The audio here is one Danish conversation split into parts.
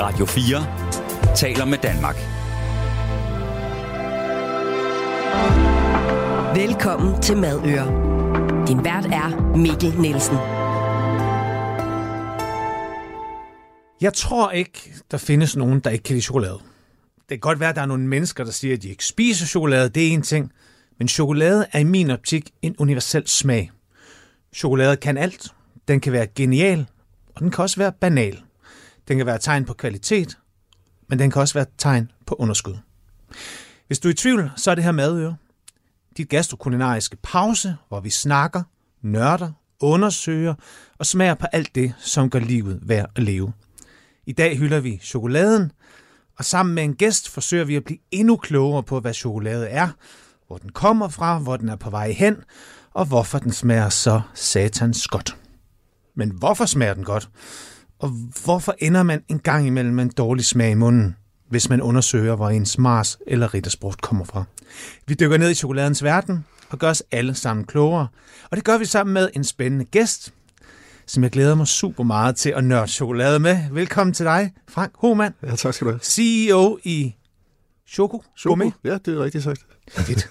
Radio 4 taler med Danmark. Velkommen til Madøre. Din vært er Mikkel Nielsen. Jeg tror ikke, der findes nogen, der ikke kan lide chokolade. Det kan godt være, at der er nogle mennesker, der siger, at de ikke spiser chokolade. Det er en ting. Men chokolade er i min optik en universel smag. Chokolade kan alt. Den kan være genial, og den kan også være banal. Den kan være tegn på kvalitet, men den kan også være tegn på underskud. Hvis du er i tvivl, så er det her Madøre. Dit gastrokulinariske pause, hvor vi snakker, nørder, undersøger og smager på alt det, som gør livet værd at leve. I dag hylder vi chokoladen, og sammen med en gæst forsøger vi at blive endnu klogere på, hvad chokolade er, hvor den kommer fra, hvor den er på vej hen, og hvorfor den smager så satans godt. Men hvorfor smager den godt? Og hvorfor ender man en gang imellem med en dårlig smag i munden, hvis man undersøger, hvor ens Mars eller Rittersport kommer fra? Vi dykker ned i chokoladens verden og gør os alle sammen klogere. Og det gør vi sammen med en spændende gæst, som jeg glæder mig super meget til at nørde chokolade med. Velkommen til dig, Frank Hohmann. Ja, tak skal du have. CEO i Choco. Ja, det er rigtigt sagt. Fedt.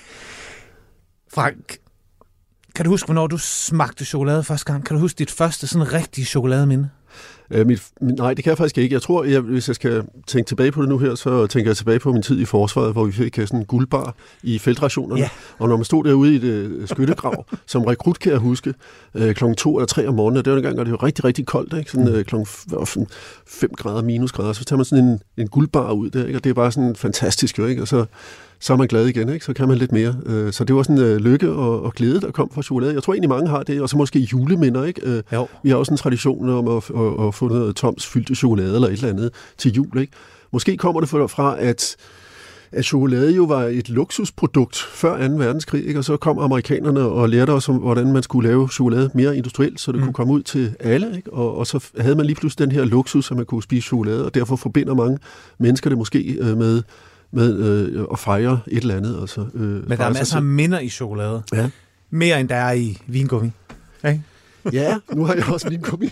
Frank, kan du huske, hvornår du smagte chokolade første gang? Kan du huske dit første sådan rigtige chokolademinde? Nej, det kan jeg faktisk ikke. Jeg tror, hvis jeg skal tænke tilbage på det nu her, så tænker jeg tilbage på min tid i forsvaret, hvor vi fik sådan en guldbar i feltrationerne. Ja. Og når man stod derude i et skyttegrav, som rekrut kan jeg huske, klokken 2 eller 3 om morgenen, det var en gang, og det var rigtig, rigtig koldt, ikke? Sådan klokken 5 grader, minusgrader, så tager man sådan en guldbar ud der, ikke? Og det er bare sådan fantastisk, jo, ikke? Og så er man glad igen, ikke? Så kan man lidt mere. Så det var sådan lykke og glæde, der kom fra chokolade. Jeg tror egentlig, mange har det, og så måske juleminder, ikke? Vi har også en tradition om at få noget Toms fyldte chokolade eller et eller andet til jul, ikke? Måske kommer det fra, at chokolade jo var et luksusprodukt før 2. verdenskrig, ikke? Og så kom amerikanerne og lærte os om, hvordan man skulle lave chokolade mere industrielt, så det kunne komme ud til alle, ikke? Og så havde man lige pludselig den her luksus, at man kunne spise chokolade, og derfor forbinder mange mennesker det måske med at fejre et eller andet. Altså, men der er masser af minder i chokolade. Ja. Mere end der er i vingummi. Okay? Ja, nu har jeg også vingummi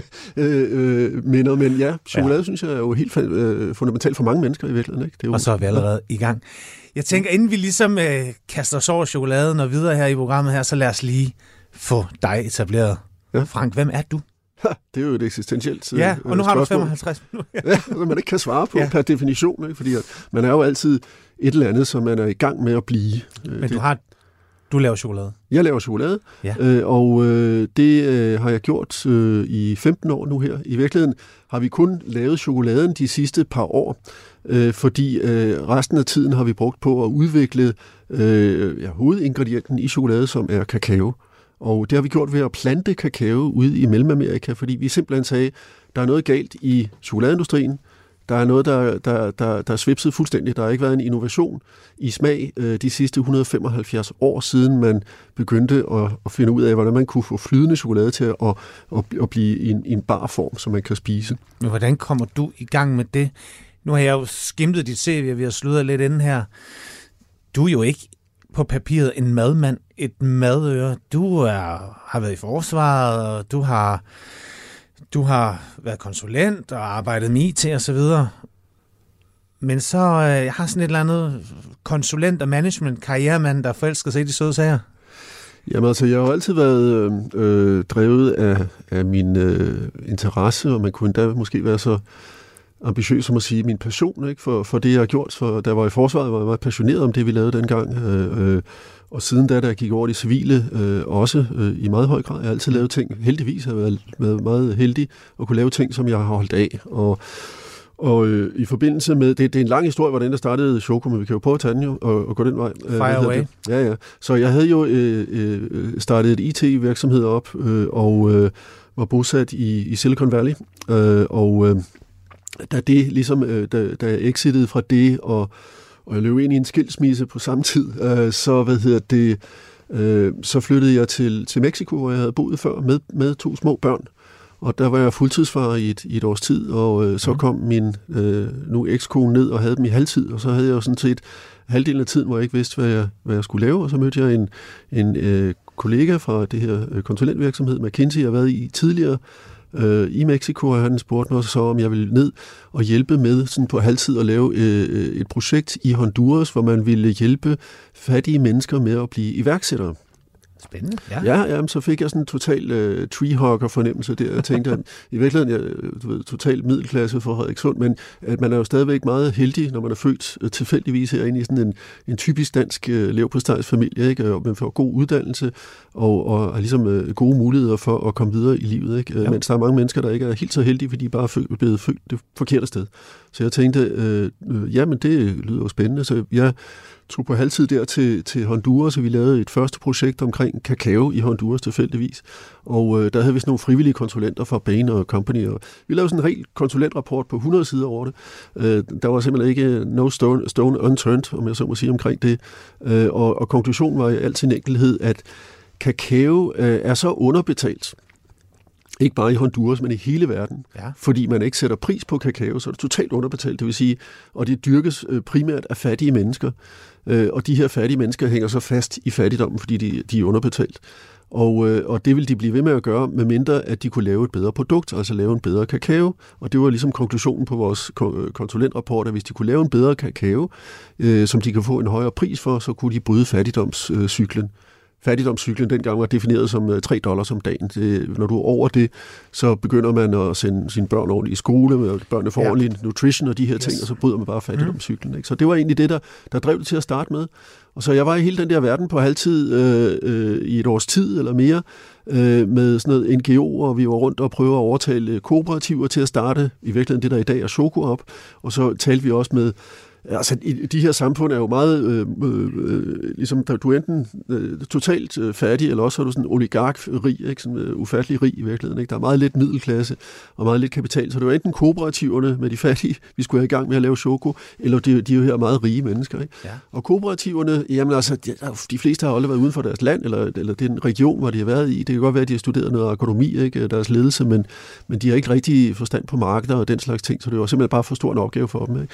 minder, men ja, chokolade synes jeg er jo helt fundamentalt for mange mennesker i virkeligheden. Ikke? Det er jo, og så er vi allerede i gang. Jeg tænker, inden vi ligesom kaster os over chokoladen og videre her i programmet her, så lad os lige få dig etableret. Ja. Frank, hvem er du? Det er jo et eksistentielt ja, og nu har spørgsmål. Du 55 minutter. Ja, som man ikke kan svare på per definition, ikke? Fordi man er jo altid et eller andet, som man er i gang med at blive. Men du laver chokolade? Jeg laver chokolade, og det har jeg gjort i 15 år nu her. I virkeligheden har vi kun lavet chokoladen de sidste par år, fordi resten af tiden har vi brugt på at udvikle hovedingredienten i chokolade, som er kakao. Og det har vi gjort ved at plante kakao ude i Mellemamerika, fordi vi simpelthen sagde, der er noget galt i chokoladeindustrien. Der er noget, der er svipset fuldstændig. Der har ikke været en innovation i smag de sidste 175 år siden, man begyndte at finde ud af, hvordan man kunne få flydende chokolade til at blive i en bar form, som man kan spise. Men hvordan kommer du i gang med det? Nu har jeg jo skimtet dit CV, og vi har sludret lidt inden her. Du er jo ikke på papiret en madmand, et madøre. Du har været i forsvaret, og du har været konsulent og arbejdet med IT og så videre. Men så jeg har sådan et eller andet konsulent- og management-karrieremand, der forelsker sig i de søde sager. Jamen altså, jeg har jo altid været drevet af min interesse, og man kunne endda måske være så ambitiøs som at sige min passion, ikke? For det, jeg har gjort. For da jeg var i forsvaret, var jeg meget passioneret om det, vi lavede dengang. Og siden da jeg gik over i civile, også i meget høj grad. Jeg har altid lavet ting. Heldigvis har jeg været meget heldig at kunne lave ting, som jeg har holdt af. Og i forbindelse med, det er en lang historie, hvordan der startede Choco, men vi kan jo prøve at tage den jo, og gå den vej. Fire away. Ja. Så jeg havde jo startet et IT-virksomhed op, og var bosat i Silicon Valley. Da det ligesom, da jeg exitede fra det, og jeg løb ind i en skilsmisse på samme tid, så flyttede jeg til Mexico, hvor jeg havde boet før, med 2 små børn. Og der var jeg fuldtidsfar i et års tid, og så kom min nu ekskone ned og havde dem i halvtid, og så havde jeg jo sådan set halvdelen af tiden, hvor jeg ikke vidste, hvad jeg skulle lave, og så mødte jeg en kollega fra det her konsulentvirksomhed, McKinsey, jeg har været i tidligere, i Mexico, og han spurgte mig så, om jeg ville ned og hjælpe med sådan på halvtid at lave et projekt i Honduras, hvor man ville hjælpe fattige mennesker med at blive iværksættere. Spændende, ja. Ja, så fik jeg sådan en total treehugger-fornemmelse der. Jeg tænkte, at i virkeligheden, total middelklasse for Frederikssund, men at man er jo stadigvæk meget heldig, når man er født tilfældigvis herinde i sådan en typisk dansk leverpostejsfamilie, ikke? Og man får god uddannelse og har ligesom gode muligheder for at komme videre i livet, ikke? Ja. Mens der er mange mennesker, der ikke er helt så heldige, fordi de bare er blevet født det forkerte sted. Så jeg tænkte, jamen det lyder jo spændende, så jeg tog på halvtid der til Honduras, så vi lavede et første projekt omkring kakao i Honduras tilfældigvis. Og der havde vi sådan nogle frivillige konsulenter fra Bain og Company, og vi lavede sådan en helt konsulentrapport på 100 sider over det. Der var simpelthen ikke no stone unturned, om jeg så må sige, omkring det. Og konklusionen var i al sin enkelhed, at kakao er så underbetalt, ikke bare i Honduras, men i hele verden. Ja. Fordi man ikke sætter pris på kakao, så er det totalt underbetalt. Det vil sige, og det dyrkes primært af fattige mennesker. Og de her fattige mennesker hænger så fast i fattigdommen, fordi de er underbetalt. Og det vil de blive ved med at gøre, medmindre at de kunne lave et bedre produkt, altså lave en bedre kakao. Og det var ligesom konklusionen på vores konsulentrapport, at hvis de kunne lave en bedre kakao, som de kan få en højere pris for, så kunne de bryde fattigdomscyklen. Fattigdomscyklen dengang var defineret som $3 om dagen. Når du er over det, så begynder man at sende sine børn ordentligt i skole, og børnene får ordentlig nutrition og de her ting, og så bryder man bare fattigdomscyklen. Ikke? Så det var egentlig det, der drev det til at starte med. Og så jeg var i hele den der verden på halvtid i et års tid eller mere, med sådan noget NGO, og vi var rundt og prøvede at overtale kooperativer til at starte i virkeligheden det, der i dag er Choco op. Og så talte vi også med altså, de her samfund er jo meget, ligesom, du er enten totalt fattig, eller også er du sådan oligark-rig, ikke? Sådan ufattelig rig i virkeligheden. Ikke? Der er meget lidt middelklasse og meget lidt kapital, så det var enten kooperativerne med de fattige, vi skulle have i gang med at lave Choco, eller de er jo her meget rige mennesker. Ikke? Ja. Og kooperativerne, jamen altså, de fleste har aldrig været uden for deres land, eller den region, hvor de har været i. Det kan godt være, at de har studeret noget økonomi, ikke? Deres ledelse, men de har ikke rigtig forstand på markeder og den slags ting, så det var simpelthen bare for stor en opgave for dem. Ikke?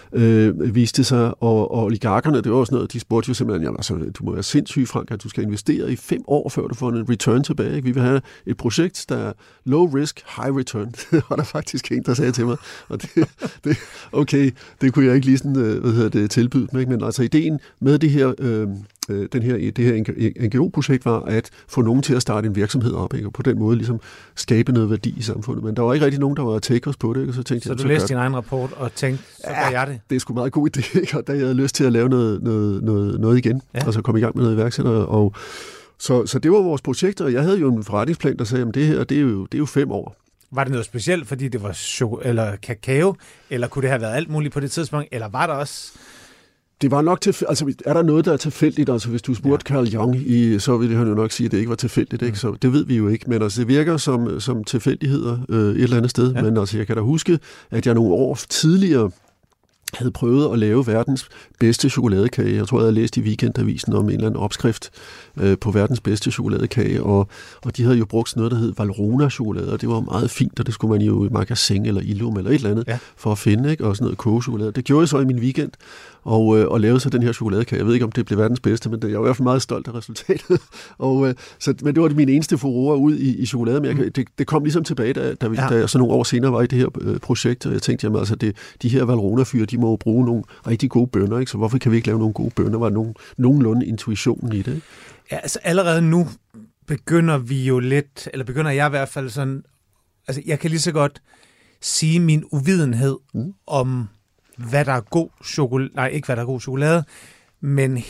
Viste sig, og oligarkerne, det var også noget, de spurgte jo simpelthen, jamen, altså, du må være sindssyg, Frank, at du skal investere i 5 år, før du får en return tilbage. Ikke? Vi vil have et projekt, der er low risk, high return. Og der er faktisk en, der sagde til mig, og det okay, det kunne jeg ikke lige sådan, tilbyde dem, ikke? Men altså ideen med det her, det her NGO-projekt var at få nogen til at starte en virksomhed op, ikke? Og på den måde ligesom skabe noget værdi i samfundet. Men der var ikke rigtig nogen, der var takers på det, ikke? Og så tænkte jeg, du læste din egen rapport og tænkte, så gør jeg det. Det er sgu meget god idé, ikke? Og da jeg havde lyst til at lave noget igen, og så komme i gang med noget iværksætter. Og så det var vores projekt, og jeg havde jo en forretningsplan, der sagde, at det her, det er jo 5 år. Var det noget specielt, fordi det var eller kakao, eller kunne det have været alt muligt på det tidspunkt, eller var der også... Det var nok altså er der noget, der er tilfældigt? Altså hvis du spurgte Carl Jung, så ville han jo nok sige, at det ikke var tilfældigt. Ikke? Så det ved vi jo ikke, men altså det virker som tilfældigheder et eller andet sted. Ja. Men altså jeg kan da huske, at jeg nogle år tidligere havde prøvet at lave verdens bedste chokoladekage. Jeg tror, jeg havde læst i Weekendavisen om en eller anden opskrift på verdens bedste chokoladekage, og de havde jo brugt sådan noget, der hed Valrhona-chokolade, og det var meget fint, og det skulle man jo i Magasin eller Illum eller et eller andet for at finde, ikke? Og sådan noget kogechokolade. Det gjorde jeg så i min weekend, og lavede så den her chokoladekage. Jeg ved ikke, om det blev verdens bedste, men jeg var i hvert fald meget stolt af resultatet. Men det var min eneste furore ud i chokolade, men det kom ligesom tilbage, da jeg så nogle år senere var i det her projekt, og jeg tænkte, jamen altså, de her Valrhona-fyre, de må jo bruge nogle rigtig gode bønner, ikke? Så hvorfor kan vi ikke lave nogle gode bønner? Var der nogenlunde intuitionen i det? Ikke? Ja, altså allerede nu begynder jeg i hvert fald sådan, altså jeg kan lige så godt sige min uvidenhed om, hvad der er god chokolade, nej, ikke hvad der er god chokolade, men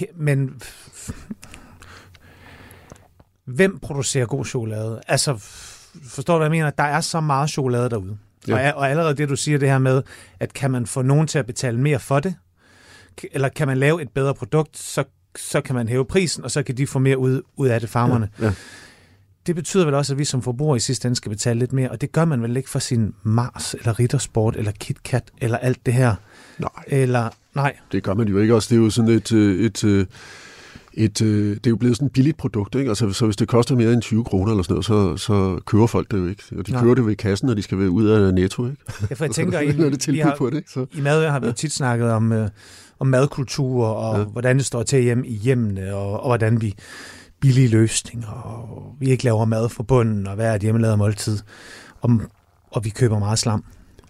hvem producerer god chokolade? Altså, forstår du, hvad jeg mener? Der er så meget chokolade derude. Ja. Og allerede det, du siger det her med, at kan man få nogen til at betale mere for det, eller kan man lave et bedre produkt, så kan man hæve prisen, og så kan de få mere ud af det, farmerne. Ja. Det betyder vel også, at vi som forbrugere i sidste ende skal betale lidt mere, og det gør man vel ikke for sin Mars, eller Rittersport, eller KitKat, eller alt det her? Nej. Det gør man jo ikke også. Det er jo sådan det er jo blevet sådan et billigt produkt, ikke? Altså, så hvis det koster mere end 20 kroner eller sådan noget, så køber folk det jo ikke. Og de køber det ved kassen, når de skal være ud af Netto, ikke? Ja, for jeg tænker, i Madøer har vi tit snakket om madkultur, og hvordan det står til i hjemmene, og hvordan vi billige løsninger, og vi ikke laver mad fra bunden, og hvad er et hjemmelavet måltid. og vi køber meget slam.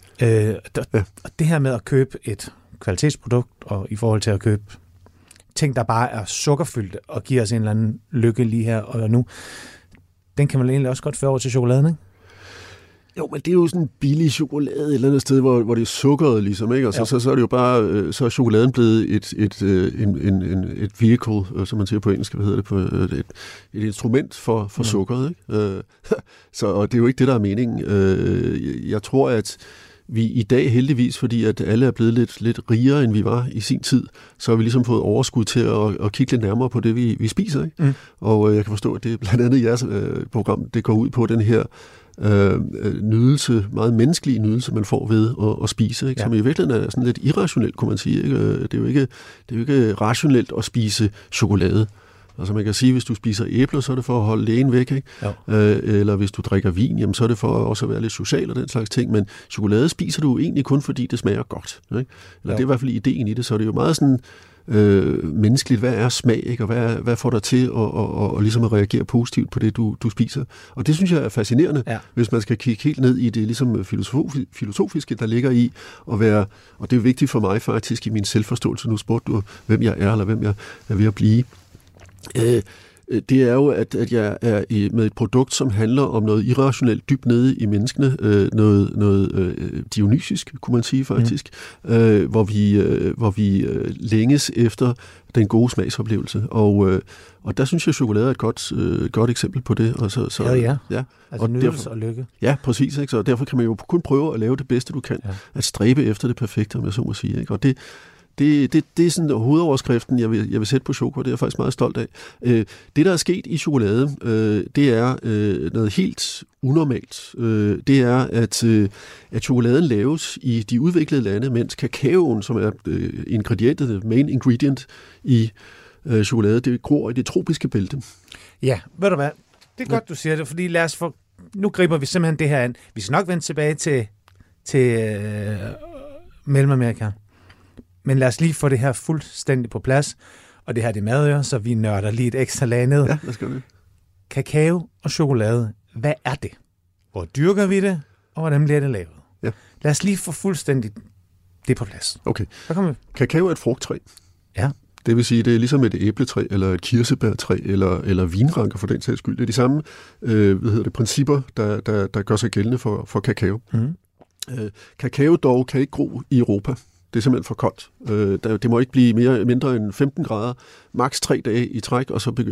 Og det her med at købe et kvalitetsprodukt, og i forhold til at købe ting, der bare er sukkerfyldte, og giver os en eller anden lykke lige her og nu, den kan man egentlig også godt føre over til chokoladen, ikke? Jo, men det er jo sådan en billig chokolade et eller andet sted, hvor det er sukkeret, ligesom, ikke? Og så er det jo bare, så er chokoladen blevet et vehicle, som man siger på engelsk, hvad hedder det, et instrument for sukkeret, ikke? Og det er jo ikke det, der er meningen. Jeg tror, at vi i dag heldigvis, fordi at alle er blevet lidt rigere, end vi var i sin tid, så har vi ligesom fået overskud til at kigge lidt nærmere på det, vi spiser, ikke? Mm. Og jeg kan forstå, at det er blandt andet jeres program, det går ud på den her nydelse, meget menneskelige nydelse, man får ved at spise, ikke? Som i virkeligheden er sådan lidt irrationelt, kunne man sige, ikke? Det er jo ikke rationelt at spise chokolade. Altså man kan sige, at hvis du spiser æbler, så er det for at holde lægen væk, ikke? Eller hvis du drikker vin, jamen, så er det for også at være lidt social og den slags ting. Men chokolade spiser du egentlig kun, fordi det smager godt, ikke? Eller det er i hvert fald ideen i det, så det er jo meget sådan menneskeligt. Hvad er smag, ikke? Og hvad får dig til at ligesom at reagere positivt på det, du spiser? Og det synes jeg er fascinerende, hvis man skal kigge helt ned i det ligesom filosofiske, der ligger i at være, og det er vigtigt for mig faktisk i min selvforståelse. Nu spurgte du, hvem jeg er, eller hvem jeg er ved at blive. Det er jo, at jeg er med et produkt, som handler om noget irrationelt dybt nede i menneskene, noget dionysisk, kunne man sige faktisk, hvor vi længes efter den gode smagsoplevelse. Og der synes jeg, at chokolade er et godt eksempel på det. Og ja. Altså nydelse og lykke. Ja, præcis. Ikke? Så derfor kan man jo kun prøve at lave det bedste, du kan. Ja. At stræbe efter det perfekte, om jeg så må sige. Ikke? Og det er sådan hovedoverskriften, jeg vil sætte på chokolade. Det er jeg faktisk meget stolt af. Det, der er sket i chokolade, det er noget helt unormalt. Det er, at chokoladen laves i de udviklede lande, mens kakaoen, som er ingredientet, main ingredient i chokolade, det gror i det tropiske bælte. Ja, ved du hvad? Det er godt, du siger det, fordi nu griber vi simpelthen det her an. Vi skal nok vende tilbage til Mellemamerika. Men lad os lige få det her fuldstændig på plads. Og det her, det er Madøre, så vi nørder lige et ekstra lag ned. Ja, lad os gøre det. Kakao og chokolade, hvad er det? Hvor dyrker vi det, og hvordan bliver det lavet? Ja. Lad os lige få fuldstændig det på plads. Okay. Så kommer vi. Kakao er et frugttræ. Ja. Det vil sige, det er ligesom et æbletræ, eller et kirsebærtræ, eller vinranker for den sags skyld. Det er de samme principper, der gør sig gældende for kakao. Mm. Kakao dog kan ikke gro i Europa. Det er simpelthen for koldt. Det må ikke blive mindre end 15 grader, maks 3 dage i træk, og så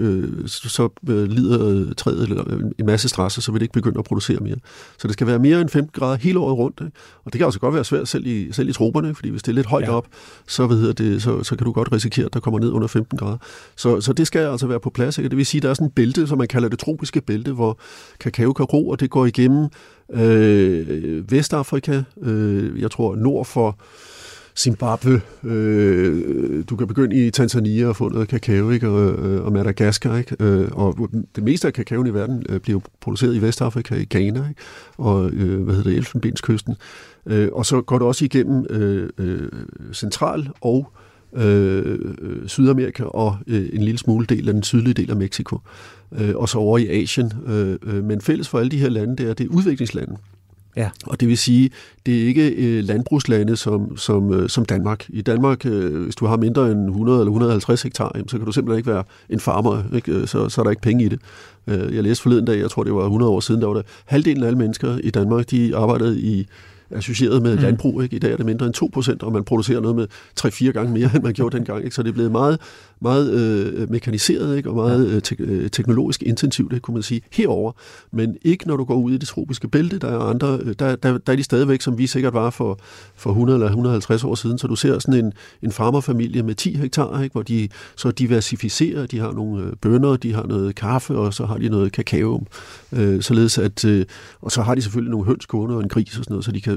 lider træet en masse stress, og så vil det ikke begynde at producere mere. Så det skal være mere end 15 grader hele året rundt. Ikke? Og det kan altså godt være svært selv i troperne, fordi hvis det er lidt højt op, så kan du godt risikere, at der kommer ned under 15 grader. Så det skal altså være på plads. Ikke? Det vil sige, at der er sådan et bælte, som man kalder det tropiske bælte, hvor kakao kan gro, og det går igennem Vestafrika, jeg tror nord for Zimbabwe, du kan begynde i Tanzania og få noget kakao, ikke? Og Madagaskar, ikke? Og det meste af kakaoen i verden bliver produceret i Vestafrika, i Ghana, ikke? Og Elfenbenskysten. Og så går det også igennem Central- og Sydamerika og en lille smule del af den sydlige del af Mexico. Og så over i Asien. Men fælles for alle de her lande, det er udviklingslande. Ja. Og det vil sige, det er ikke landbrugslande som Danmark. I Danmark, hvis du har mindre end 100 eller 150 hektar, så kan du simpelthen ikke være en farmer, ikke? Så er der ikke penge i det. Jeg læste forleden dag, jeg tror det var 100 år siden, der var der halvdelen af alle mennesker i Danmark, de arbejdede associeret med landbrug. Ikke? I dag er det mindre end 2%, og man producerer noget med 3-4 gange mere, end man gjorde dengang. Ikke? Så det er blevet meget, meget mekaniseret, ikke? Og meget teknologisk intensivt, det kunne man sige, herover. Men ikke når du går ud i det tropiske bælte. Der er andre, der er de stadigvæk, som vi sikkert var for 100 eller 150 år siden. Så du ser sådan en farmerfamilie med 10 hektar, ikke? Hvor de så diversificerer. De har nogle bønner, de har noget kaffe, og så har de noget kakao. Således at, og så har de selvfølgelig nogle høns, kunder og en gris og sådan noget,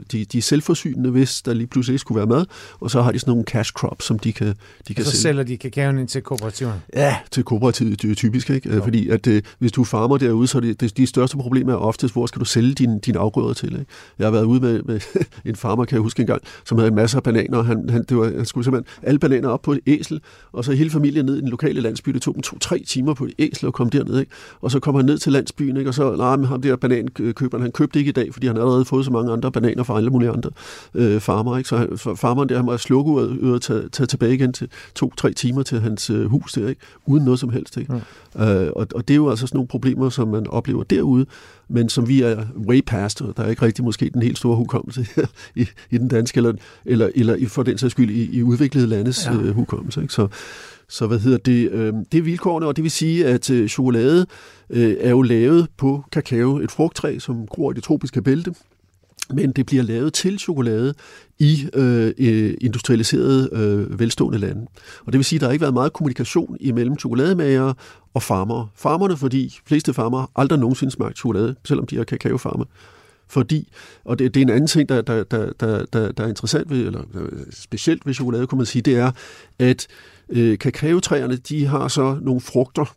de er selvforsynende, hvis der lige pludselig skulle være mad, og så har de sådan nogle cash crops, som de kan så sælge. Sælger de kakaoen ind til kooperativerne? Ja, til kooperativet, det er typisk, ikke? Fordi at hvis du farmer derude, så er de største problemer er oftest, hvor skal du sælge dine afgrøder til, ikke? Jeg har været ude med en farmer, kan jeg huske engang, som havde en masse af bananer, og han skulle simpelthen alle bananer op på et æsel, og så hele familien ned i den lokale landsby. Det tog dem 2-3 timer på et æsel at komme derned, ikke? Og så kom han ned til landsbyen, ikke? Og så, men ham der banankøberen, han købte ikke i dag, fordi han allerede fået så mange andre bananer fra alle mulige andre farmer, ikke? Så farmeren der, han var slukke ud og tage tilbage igen til 2-3 timer til hans hus der, ikke? Uden noget som helst, ikke? Og det er jo altså sådan nogle problemer, som man oplever derude, men som vi er way past, og der er ikke rigtig måske den helt store hukommelse i den danske, eller for den sags skyld i udviklede landes hukommelse, ikke? Så hvad hedder det? Det er vilkårene, og det vil sige, at chokolade er jo lavet på kakao, et frugttræ, som gror i det tropiske bælte, men det bliver lavet til chokolade i industrialiserede, velstående lande. Og det vil sige, at der har ikke været meget kommunikation imellem chokolademagere og farmere. Farmerne, fordi de fleste farmere aldrig nogensinde smagt chokolade, selvom de er kakaofarmer. Fordi, og det er en anden ting, der er interessant ved, eller specielt ved chokolade, kunne man sige, det er, at kakaotræerne, de har så nogle frugter,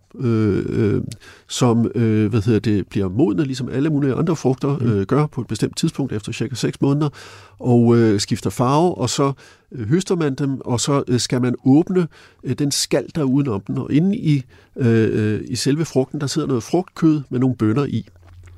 som bliver modne, ligesom alle mulige andre frugter gør på et bestemt tidspunkt efter cirka 6 måneder, og skifter farve, og så høster man dem, og så skal man åbne den skal, der er udenom den, og inde i selve frugten, der sidder noget frugtkød med nogle bønner i.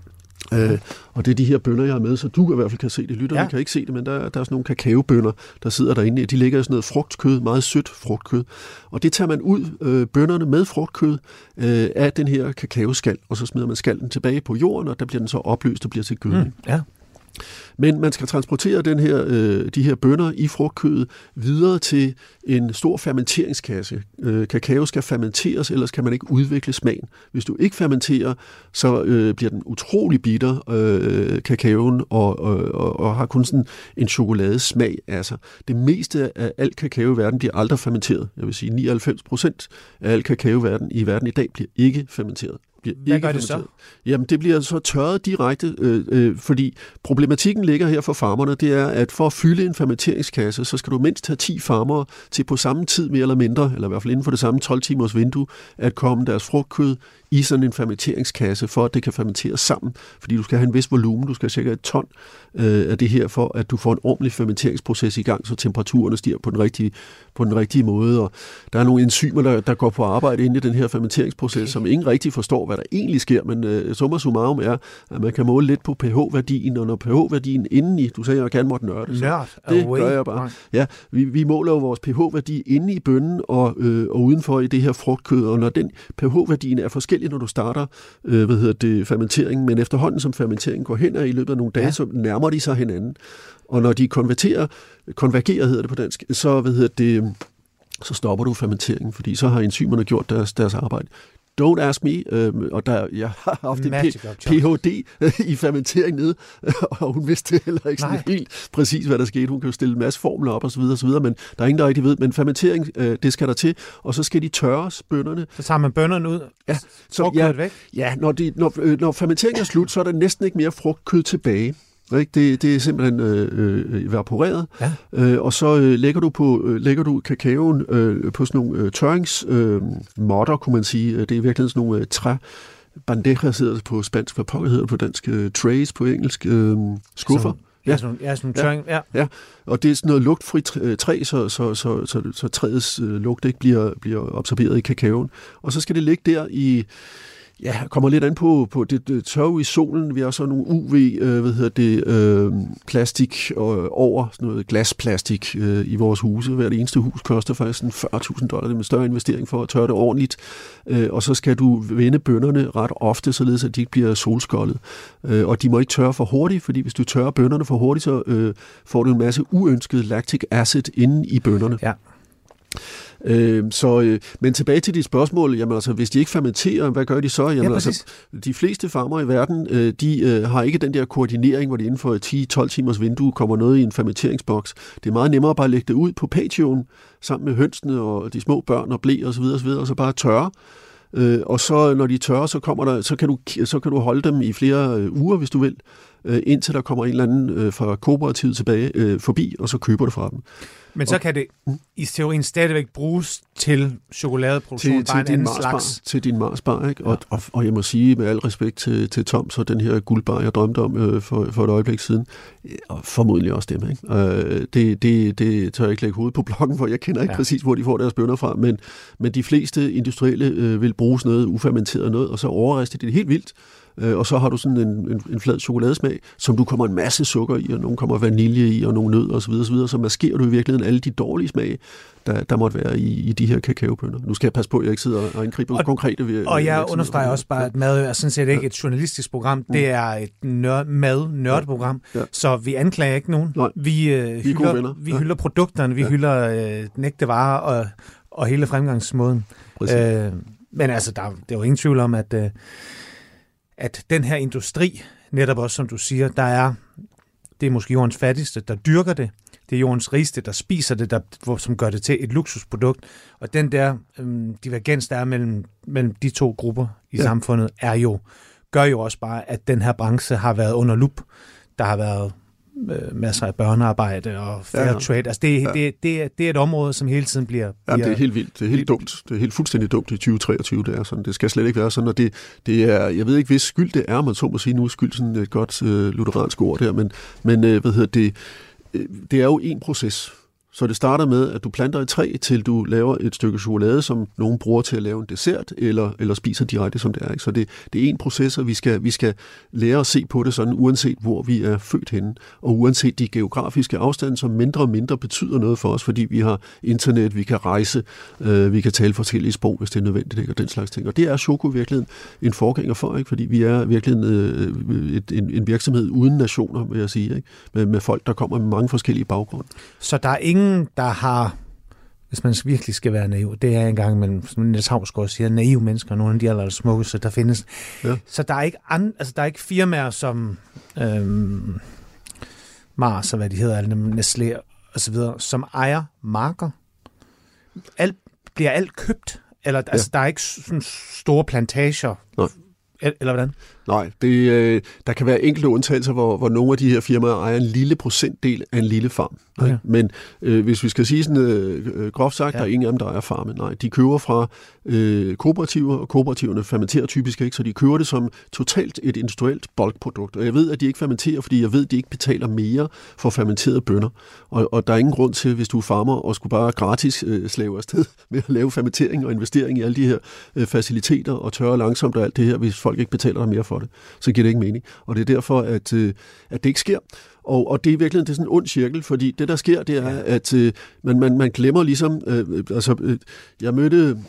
Og det er de her bønner, jeg har med, så du i hvert fald kan se det. Lytterne kan ikke se det, men der er sådan nogle kakaobønner, der sidder derinde. De ligger i sådan noget frugtkød, meget sødt frugtkød. Og det tager man ud, bønnerne med frugtkød, af den her kakaoskal, og så smider man skallen tilbage på jorden, og der bliver den så opløst og bliver til gødning. Men man skal transportere de her bønner i frugtkødet videre til en stor fermenteringskasse. Kakao skal fermenteres, ellers kan man ikke udvikle smagen. Hvis du ikke fermenterer, så bliver den utrolig bitter, kakaoen, og har kun sådan en chokoladesmag af sig. Det meste af al kakao i verden bliver aldrig fermenteret. Jeg vil sige, 99% af al kakao i verden i dag bliver ikke fermenteret. Hvad gør det så? Jamen, det bliver så tørret direkte, fordi problematikken ligger her for farmerne, det er, at for at fylde en fermenteringskasse, så skal du mindst have 10 farmere til på samme tid, mere eller mindre, eller i hvert fald inden for det samme 12 timers vindue, at komme deres frugtkød i sådan en fermenteringskasse, for at det kan fermenteres sammen. Fordi du skal have en vis volumen, du skal cirka 1 ton af det her, for at du får en ordentlig fermenteringsproces i gang, så temperaturen stiger på den rigtige måde. Og der er nogle enzymer, der går på arbejde inde i den her fermenteringsproces, som ingen rigtig forstår, hvad der egentlig sker, men summa summarum er, at man kan måle lidt på pH-værdien, og når pH-værdien indeni, du sagde, at jeg gerne måtte nørde, det gør jeg bare. Ja, vi måler jo vores pH-værdi inde i bønnen og udenfor i det her frugtkød, og når den pH-værdien er forskellig, når du starter fermenteringen, men efterhånden som fermenteringen går hen, og i løbet af nogle dage, så nærmer de sig hinanden. Og når de konvergerer hedder det på dansk, så stopper du fermenteringen, fordi så har enzymerne gjort deres arbejde. Don't ask me, og jeg har haft en Ph.D. i fermentering nede, og hun vidste heller ikke sådan helt præcis, hvad der skete. Hun kan jo stille en masse formler op, og så videre, men der er ingen, der rigtig ved. Men fermentering, det skal der til, og så skal de tørres, bønnerne. Så tager man bønnerne ud, væk? Ja, når fermenteringen er slut, så er der næsten ikke mere frugtkød tilbage. Det er simpelthen evaporeret, og så lægger du kakaoen på sådan nogle tørringsmåtter, kunne man sige. Det er virkelig sådan nogle bandejas, hedder det på spansk, hvad pokker hedder det på dansk, trays på engelsk, skuffer. Sådan tørring, ja, og det er sådan noget lugtfri træ, så træets lugt ikke bliver absorberet i kakaoen. Og så skal det ligge der i... Ja, kommer lidt an på det tørre i solen. Vi har så nogle UV, plastik over, sådan noget glasplastik i vores huse. Hvert eneste hus koster faktisk $40,000. Det er en større investering for at tørre det ordentligt. Og så skal du vende bønnerne ret ofte, således at de ikke bliver solskoldet. Og de må ikke tørre for hurtigt, fordi hvis du tørrer bønnerne for hurtigt, så får du en masse uønsket lactic acid inde i bønnerne. Ja. Men tilbage til de spørgsmål, jamen altså, hvis de ikke fermenterer, hvad gør de så? Jamen altså, de fleste farmer i verden, de har ikke den der koordinering, hvor de inden for 10-12 timers vindue kommer noget i en fermenteringsboks. Det er meget nemmere bare at lægge det ud på patioen, sammen med hønsene og de små børn og ble og så videre, og så bare tørre. Og så når de tørrer, så kan du holde dem i flere uger, hvis du vil. indtil der kommer en eller anden fra kooperativet tilbage forbi, og så køber du fra dem. Men så kan det i teorien stadigvæk bruges til chokoladeproduktion, bare en anden slags. Til din Mars-bar, ikke? Ja. Og jeg må sige, med al respekt til Tom, så den her guldbar, jeg drømte om for et øjeblik siden, og formodentlig også dem, ikke? Det tør jeg ikke lægge hovedet på bloggen, for jeg kender ikke præcis, hvor de får deres bønner fra, men de fleste industrielle vil bruge noget ufermenteret noget, og så overrester de det helt vildt. Og så har du sådan en flad chokoladesmag, som du kommer en masse sukker i, og nogle kommer vanilje i, og nogle nødder osv., så maskerer du i virkeligheden alle de dårlige smage, der måtte være i de her kakaobønner. Nu skal jeg passe på, at jeg ikke sidder og angriber konkrete. Og jeg understreger også bare, at Madø er sådan set ikke et journalistisk program, det er et mad-nørdeprogram, så vi anklager ikke nogen. Nej, vi hylder produkterne, vi hylder den ægte vare og hele fremgangsmåden. Men altså, der er jo ingen tvivl om, at den her industri, netop også som du siger, det er måske jordens fattigste, der dyrker det. Det er jordens rigeste, der spiser det, som gør det til et luksusprodukt. Og den der divergens, der er mellem de to grupper i samfundet, gør jo også bare, at den her branche har været under lup. Der har været masser af børnearbejde og fair trade. Altså det er et område, som hele tiden bliver... Ja, det er helt vildt. Det er helt dumt. Det er helt fuldstændig dumt i 2023. Det er sådan. Det skal slet ikke være sådan. Og det er, jeg ved ikke, hvis skyld det er, man så må sige, nu er skyld sådan et godt lutheransk ord der, men det er jo en proces. Så det starter med, at du planter et træ, til du laver et stykke chokolade, som nogen bruger til at lave en dessert, eller spiser direkte, som det er. Ikke? Så det er en proces, og vi skal lære at se på det sådan, uanset hvor vi er født henne, og uanset de geografiske afstande, som mindre og mindre betyder noget for os, fordi vi har internet, vi kan rejse, vi kan tale forskellige sprog, hvis det er nødvendigt, ikke? Og den slags ting. Og det er Choco virkelig en forgænger for, ikke? Fordi vi er virkelig en virksomhed uden nationer, vil jeg sige, ikke? Med folk, der kommer med mange forskellige baggrunde. Så der er ingen, der har, hvis man virkelig skal være naiv, det er engang mellem, som Niels Hausgaard siger, naive mennesker, nogle af de aller smukkeste, der findes. Ja. Så der er ikke firmaer som Mars, og hvad de hedder, Nestlé og så videre, som ejer marker. Bliver alt købt? Eller altså, der er ikke sådan store plantager? Nej. Eller hvordan? Nej, der kan være enkelte undtagelser, hvor nogle af de her firmaer ejer en lille procentdel af en lille farm. Okay. Men hvis vi skal sige sådan groft sagt, der er ingen af dem, der ejer farmen. Nej, de køber fra kooperativer, og kooperativerne fermenterer typisk ikke, så de køber det som totalt et industrielt bulkprodukt. Og jeg ved, at de ikke fermenterer, fordi jeg ved, at de ikke betaler mere for fermenterede bønner. Og der er ingen grund til, hvis du er farmer, og skulle bare gratis slæve afsted med at lave fermentering og investering i alle de her faciliteter og tørre langsomt og alt det her, hvis folk ikke betaler dig mere for det, så giver det ikke mening. Og det er derfor, at det ikke sker. Og det er virkelig det er sådan en ond cirkel, fordi det, der sker, det er, at man glemmer ligesom... Jeg mødte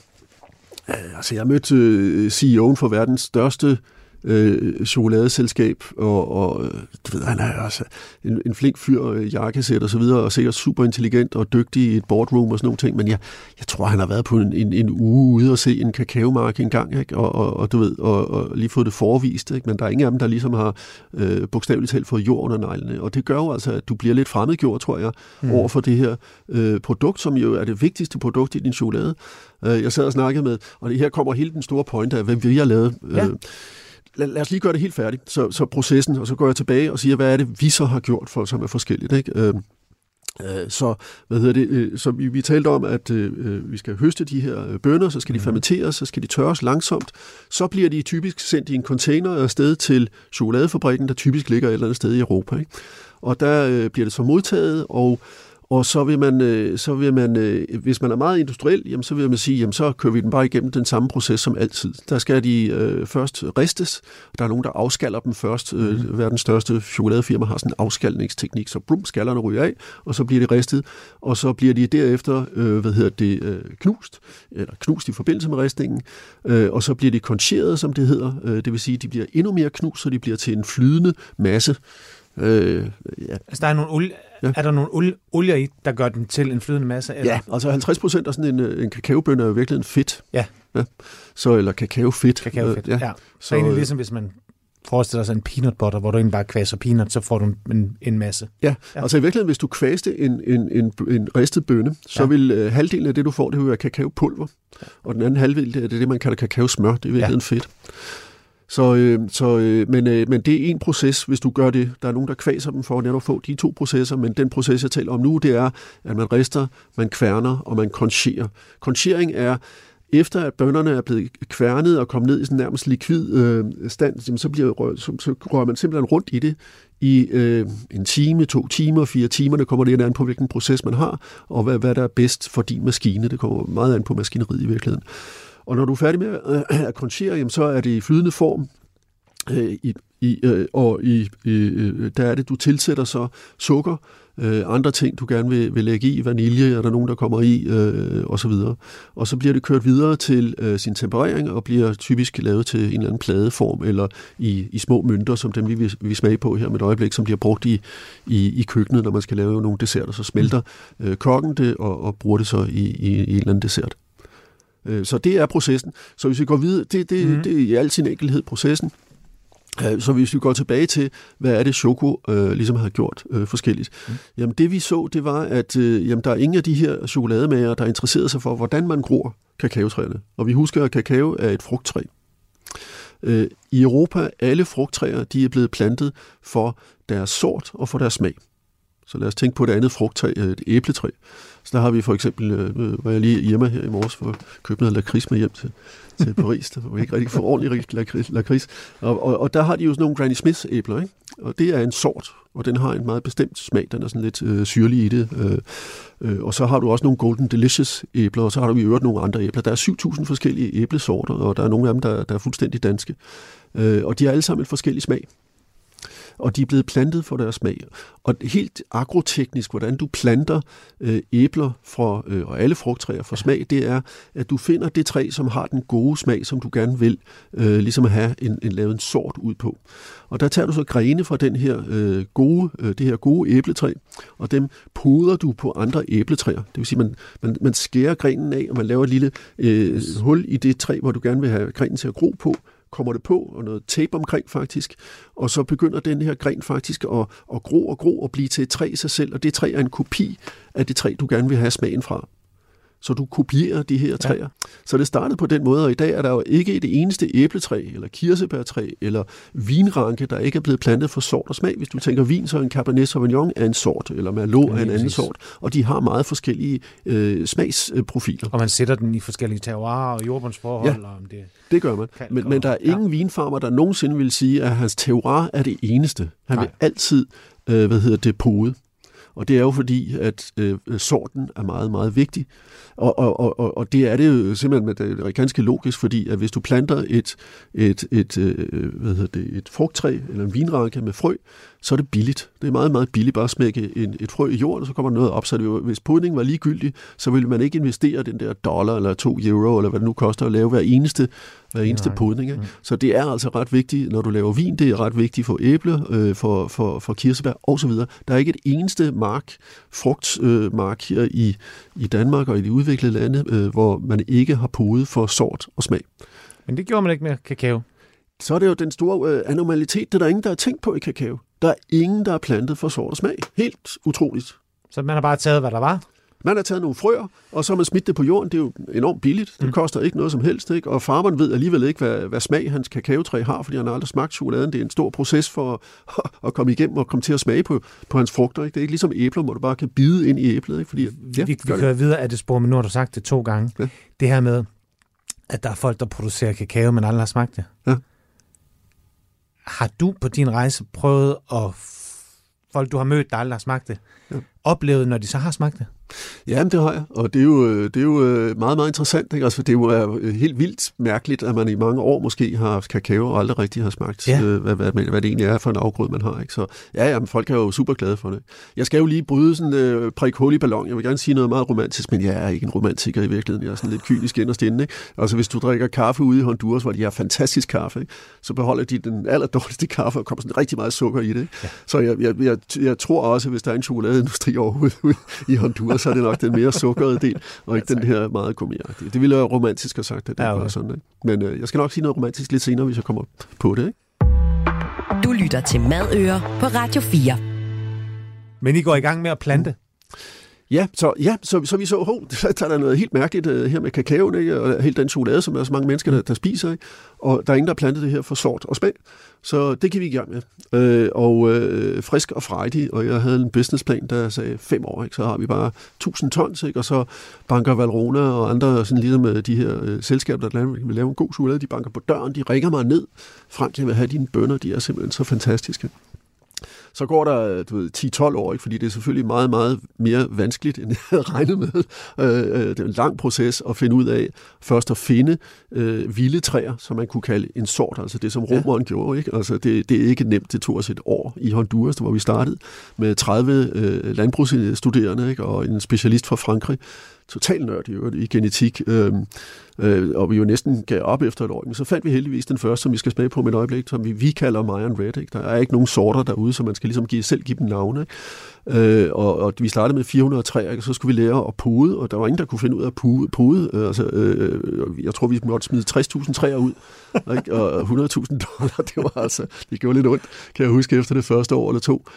CEO'en for verdens største chokoladeselskab, og du ved, han er også en flink fyr, jakkesæt og så videre, og sikkert super intelligent og dygtig i et boardroom og sådan nogle ting, men jeg tror, han har været på en uge ude og se en kakaomark en gang, ikke? Og du ved, og lige fået det forvist, ikke? Men der er ingen af dem, der ligesom har bogstaveligt talt fået jord under neglene, og det gør jo altså, at du bliver lidt fremmedgjort, tror jeg, over for det her produkt, som jo er det vigtigste produkt i din chokolade. Jeg sad og snakkede med, og her kommer hele den store pointe af, hvad vi har lavet. Lad os lige gøre det helt færdigt, så processen, og så går jeg tilbage og siger, hvad er det, vi så har gjort, for, som er forskelligt, ikke? Så vi talte om, at vi skal høste de her bønner, så skal de fermenteres, så skal de tørres langsomt. Så bliver de typisk sendt i en container afsted til chokoladefabrikken, der typisk ligger et eller andet sted i Europa, ikke? Og der bliver det så modtaget, og så vil man, hvis man er meget industriel, jamen, så vil man sige, jamen, så kører vi den bare igennem den samme proces som altid. Der skal de først ristes. Der er nogen, der afskaller dem først. Verdens største chokoladefirma har sådan en afskalningsteknik, så skallerne ryger af, og så bliver de ristet, og så bliver de derefter knust i forbindelse med ristningen, og så bliver de koncheret, som det hedder. Det vil sige, de bliver endnu mere knust, så de bliver til en flydende masse. Altså, der er nogle olie. Ja. Er der nogle olier i, der gør den til en flydende masse? Eller? Ja, altså 50% af sådan en kakaobønne er jo virkelig en fedt. Ja. Så, eller kakaofedt. Kakaofedt, ja. Så egentlig ligesom hvis man forestiller sig en peanut butter, hvor du egentlig bare kvæser peanut, så får du en masse. Ja, altså i virkeligheden, hvis du kvæste en ristet bønne, så vil halvdelen af det, du får, det vil være kakaopulver. Og den anden halvdel, det er det, man kalder kakaosmør. Det er virkelig fedt. Men det er en proces, hvis du gør det. Der er nogen, der kvaser dem for at få de 2 processer, men den proces, jeg taler om nu, det er, at man rister, man kværner og man koncherer. Konchering er, efter at bønnerne er blevet kværnet og kommet ned i sådan nærmest likvid stand, så rører man simpelthen rundt i det i 1 time, 2 timer, 4 timer. Det kommer lidt an på, hvilken proces man har, og hvad der er bedst for din maskine. Det kommer meget an på maskineriet i virkeligheden. Og når du er færdig med at konchere, så er det i flydende form, der er det, du tilsætter så sukker, andre ting, du gerne vil lægge i, vanilje, er der nogen, der kommer i, og så videre. Og så bliver det kørt videre til sin temperering, og bliver typisk lavet til en eller anden pladeform, eller i små mønter, som dem vi vil smage på her med et øjeblik, som bliver brugt i køkkenet, når man skal lave nogle desserter. Så smelter kokken det, og bruger det så i en eller anden dessert. Så det er processen. Så hvis vi går videre, det er i al sin enkelhed processen. Så hvis vi går tilbage til, hvad er det Choco ligesom har gjort forskelligt. Jamen det vi så, det var, at der er ingen af de her chokolademager, der interesserede sig for, hvordan man gror kakaotræerne. Og vi husker, at kakao er et frugttræ. I Europa, alle frugttræer, de er blevet plantet for deres sort og for deres smag. Så lad os tænke på et andet frugttræ, et æbletræ. Så der har vi for eksempel, var jeg lige hjemme her i morges for at købe noget lakrids med hjem til Paris. Der var ikke rigtig for ordentlig lakrids. Og der har de jo sådan nogle Granny Smiths æbler, ikke? Og det er en sort, og den har en meget bestemt smag. Den er sådan lidt syrlig i det. Og så har du også nogle Golden Delicious æbler, og så har du i øvrigt nogle andre æbler. Der er 7.000 forskellige æblesorter, og der er nogle af dem, der er fuldstændig danske. Og de har alle sammen en forskellig smag. Og de er blevet plantet for deres smag. Og helt agroteknisk, hvordan du planter æbler og alle frugttræer for smag, det er, at du finder det træ, som har den gode smag, som du gerne vil ligesom have lavet en sort ud på. Og der tager du så grene fra det her gode æbletræ, og dem poder du på andre æbletræer. Det vil sige, man skærer grenen af, og man laver et lille hul i det træ, hvor du gerne vil have grenen til at gro på, kommer det på, og noget tape omkring faktisk, og så begynder den her gren faktisk at gro og blive til et træ i sig selv, og det træ er en kopi af det træ, du gerne vil have smagen fra. Så du kopierer de her træer. Ja. Så det startede på den måde, og i dag er der jo ikke et eneste æbletræ, eller kirsebærtræ, eller vinranke, der ikke er blevet plantet for sort og smag. Hvis du tænker vin, så en Cabernet Sauvignon er en sort, eller Merlot er en anden sort, og de har meget forskellige smagsprofiler. Og man sætter den i forskellige terroirer og jordbundsforhold. Ja, om det gør man. Men der er ingen vinfarmer, der nogensinde vil sige, at hans terroir er det eneste. Han vil altid, pode. Og det er jo fordi, at sorten er meget, meget vigtig. Og det er det jo simpelthen med det ganske logisk, fordi at hvis du planter et frugttræ eller en vinranke med frø, så er det billigt. Det er meget, meget billigt bare at smække et frø i jorden, og så kommer noget op. Så hvis podning var ligegyldig, så ville man ikke investere den der $1 eller 2 euro, eller hvad det nu koster at lave hver eneste podning. Ikke? Så det er altså ret vigtigt, når du laver vin, det er ret vigtigt for æble, for kirsebær osv. Der er ikke et eneste frugtmark her i Danmark og i de udviklede lande, hvor man ikke har podet for sort og smag. Men det gjorde man ikke med kakao. Så er det jo den store anormalitet, det er der ingen, der har tænkt på i kakao. Der er ingen, der er plantet for sort og smag. Helt utroligt. Så man har bare taget, hvad der var? Man har taget nogle frøer, og så har man smidt det på jorden. Det er jo enormt billigt. Det koster ikke noget som helst. Ikke? Og farmeren ved alligevel ikke, hvad smag hans kakaotræ har, fordi han har aldrig smagt chokoladen. Det er en stor proces for at komme igennem og komme til at smage på hans frugter. Ikke? Det er ikke ligesom æbler, hvor du bare kan bide ind i æblet. Ikke? Fordi, vi kører videre af det spor, men nu har du sagt det 2 gange. Ja. Det her med, at der er folk, der producerer kakao, men aldrig har smagt det. Ja. Har du på din rejse prøvet at folk, du har mødt, der aldrig har smagt det, oplevet, når de så har smagt det? Jamen, det har jeg, og det er jo meget, meget interessant. Ikke? Altså, det er jo helt vildt mærkeligt, at man i mange år måske har haft kakao og aldrig rigtig har smagt, hvad det egentlig er for en afgrøde, man har. Ikke? Så jamen, folk er jo super glade for det. Jeg skal jo lige bryde sådan prik hul i ballon. Jeg vil gerne sige noget meget romantisk, men jeg er ikke en romantiker i virkeligheden. Jeg er sådan lidt kynisk inderst inde. Ikke? Altså, hvis du drikker kaffe ude i Honduras, hvor de har fantastisk kaffe, ikke? Så beholder de den allerdårligste kaffe og kommer sådan rigtig meget sukker i det. Ikke? Ja. Så jeg tror også, hvis der er en chokoladeindustri overhovedet i Honduras, så er det nok den mere sukkerede del, og ikke den her meget gummiagtige. Det ville være romantisk at sagt, at det var sådan. Ikke? Men jeg skal nok sige noget romantisk lidt senere, hvis jeg kommer på det. Ikke? Du lytter til Madører på Radio 4. Men I går i gang med at plante? Så vi så, der er noget helt mærkeligt her med kakaoen, ikke? Og helt den chokolade, som der er så mange mennesker, der spiser, ikke? Og der er ingen, der har plantet det her for sort og spænd. Så det kan vi i gang med. Frisk og frejdig, og jeg havde en businessplan, der sagde 5 år, ikke? Så har vi bare 1000 tons, ikke? Og så banker Valrhona og andre, sådan ligesom de her selskaber, der vil lave en god chokolade, de banker på døren, de ringer mig ned, Frank, jeg vil have dine bønner, de er simpelthen så fantastiske. Så går der 10-12 år, ikke? Fordi det er selvfølgelig meget, meget mere vanskeligt, end jeg havde regnet med. Det er en lang proces at finde ud af, først at finde vilde træer, som man kunne kalde en sort, altså det, som romeren gjorde. Ikke? Altså det er ikke nemt, det tog os et år i Honduras, hvor vi startede, med 30 landbrugsstuderende, ikke? Og en specialist fra Frankrig, total nørd i genetik, og vi jo næsten gav op efter et år. Men så fandt vi heldigvis den første, som vi skal smage på med et øjeblik, som vi kalder Mayan Red. Ikke? Der er ikke nogen sorter derude, så man skal ligesom selv give dem navne. Og vi startede med 400 træer, og så skulle vi lære at pode, og der var ingen, der kunne finde ud af at pode. Jeg tror, vi måtte smide 60.000 træer ud, ikke? Og $100,000, det var altså, det gjorde lidt ondt, kan jeg huske, efter det første år eller 2.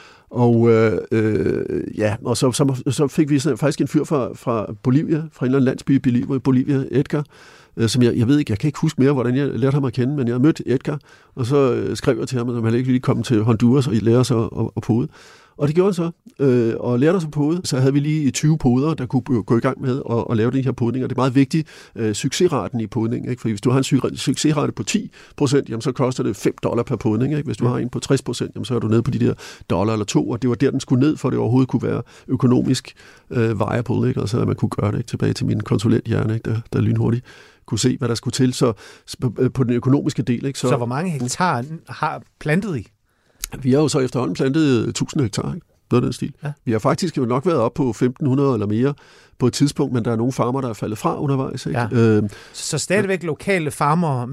Og så fik vi faktisk en fyr fra Bolivia, fra en eller anden landsby i Bolivia, Edgar, som jeg ved ikke, jeg kan ikke huske mere, hvordan jeg lærte ham at kende, men jeg mødte Edgar, og så skrev jeg til ham, at han ikke ville komme til Honduras og lære sig at pode. Og det gjorde han så, og lærte os at pode. Så havde vi lige 20 poder, der kunne gå i gang med at lave den her podning. Og det er meget vigtigt, succesraten i podning. Ikke? For hvis du har en succesrate på 10%, jamen, så koster det $5 per podning. Ikke? Hvis du har en på 60%, jamen, så er du nede på de der $1 eller 2, og det var der, den skulle ned, for det overhovedet kunne være økonomisk viable, ikke? Og så at man kunne gøre det, ikke? Tilbage til min konsulenthjerne, ikke? Der lynhurtigt kunne se, hvad der skulle til. Så på den økonomiske del. Ikke? Så hvor mange hektar har plantet I? Vi har jo så efterhånden plantet 1000 hektar, ikke? Noget af den stil. Ja. Vi har faktisk jo nok været op på 1500 eller mere på et tidspunkt, men der er nogle farmer, der er faldet fra undervejs. Ikke? Ja. Så stadigvæk lokale farmer,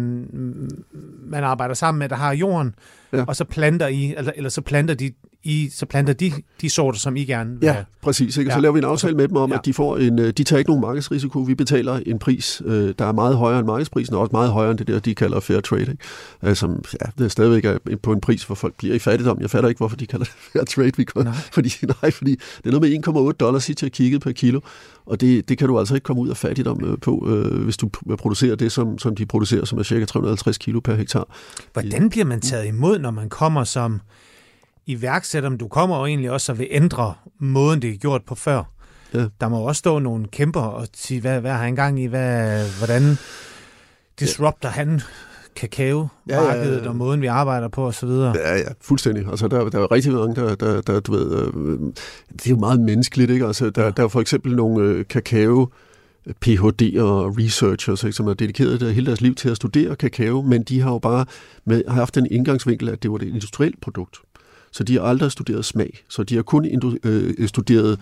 man arbejder sammen med, der har jorden, og så planter I, eller så planter de sorter, som I gerne vil have. Ja, præcis. Ikke? Så laver vi en aftale med dem om, at de får de tager ikke nogen markedsrisiko. Vi betaler en pris, der er meget højere end markedsprisen, og også meget højere end det der, de kalder fair trade. Ikke? Som det er stadigvæk på en pris, hvor folk bliver i fattigdom. Jeg fatter ikke, hvorfor de kalder det fair trade. Fordi det er noget med $1,8, sidst jeg kiggede per kilo, og det kan du altså ikke komme ud af fattigdom på, hvis du producerer det, som de producerer, som er cirka 350 kilo per hektar. Hvordan bliver man taget imod, når man kommer som iværksætter? Du kommer jo egentlig også og vil ændre måden, det er gjort på før. Ja. Der må også stå nogle kæmper og sige, hvad har han gang i? Hvordan disrupter han kakao-markedet og måden, vi arbejder på osv.? Ja, fuldstændig. Altså, der er rigtig mange, der du ved, det er jo meget menneskeligt, ikke? Altså, der er for eksempel nogle kakao PhD'er og researchers, ikke, som har dedikeret hele deres liv til at studere kakao, men de har jo bare har haft en indgangsvinkel, at det var et industrielt produkt. Så de har aldrig studeret smag. Så de har kun studeret,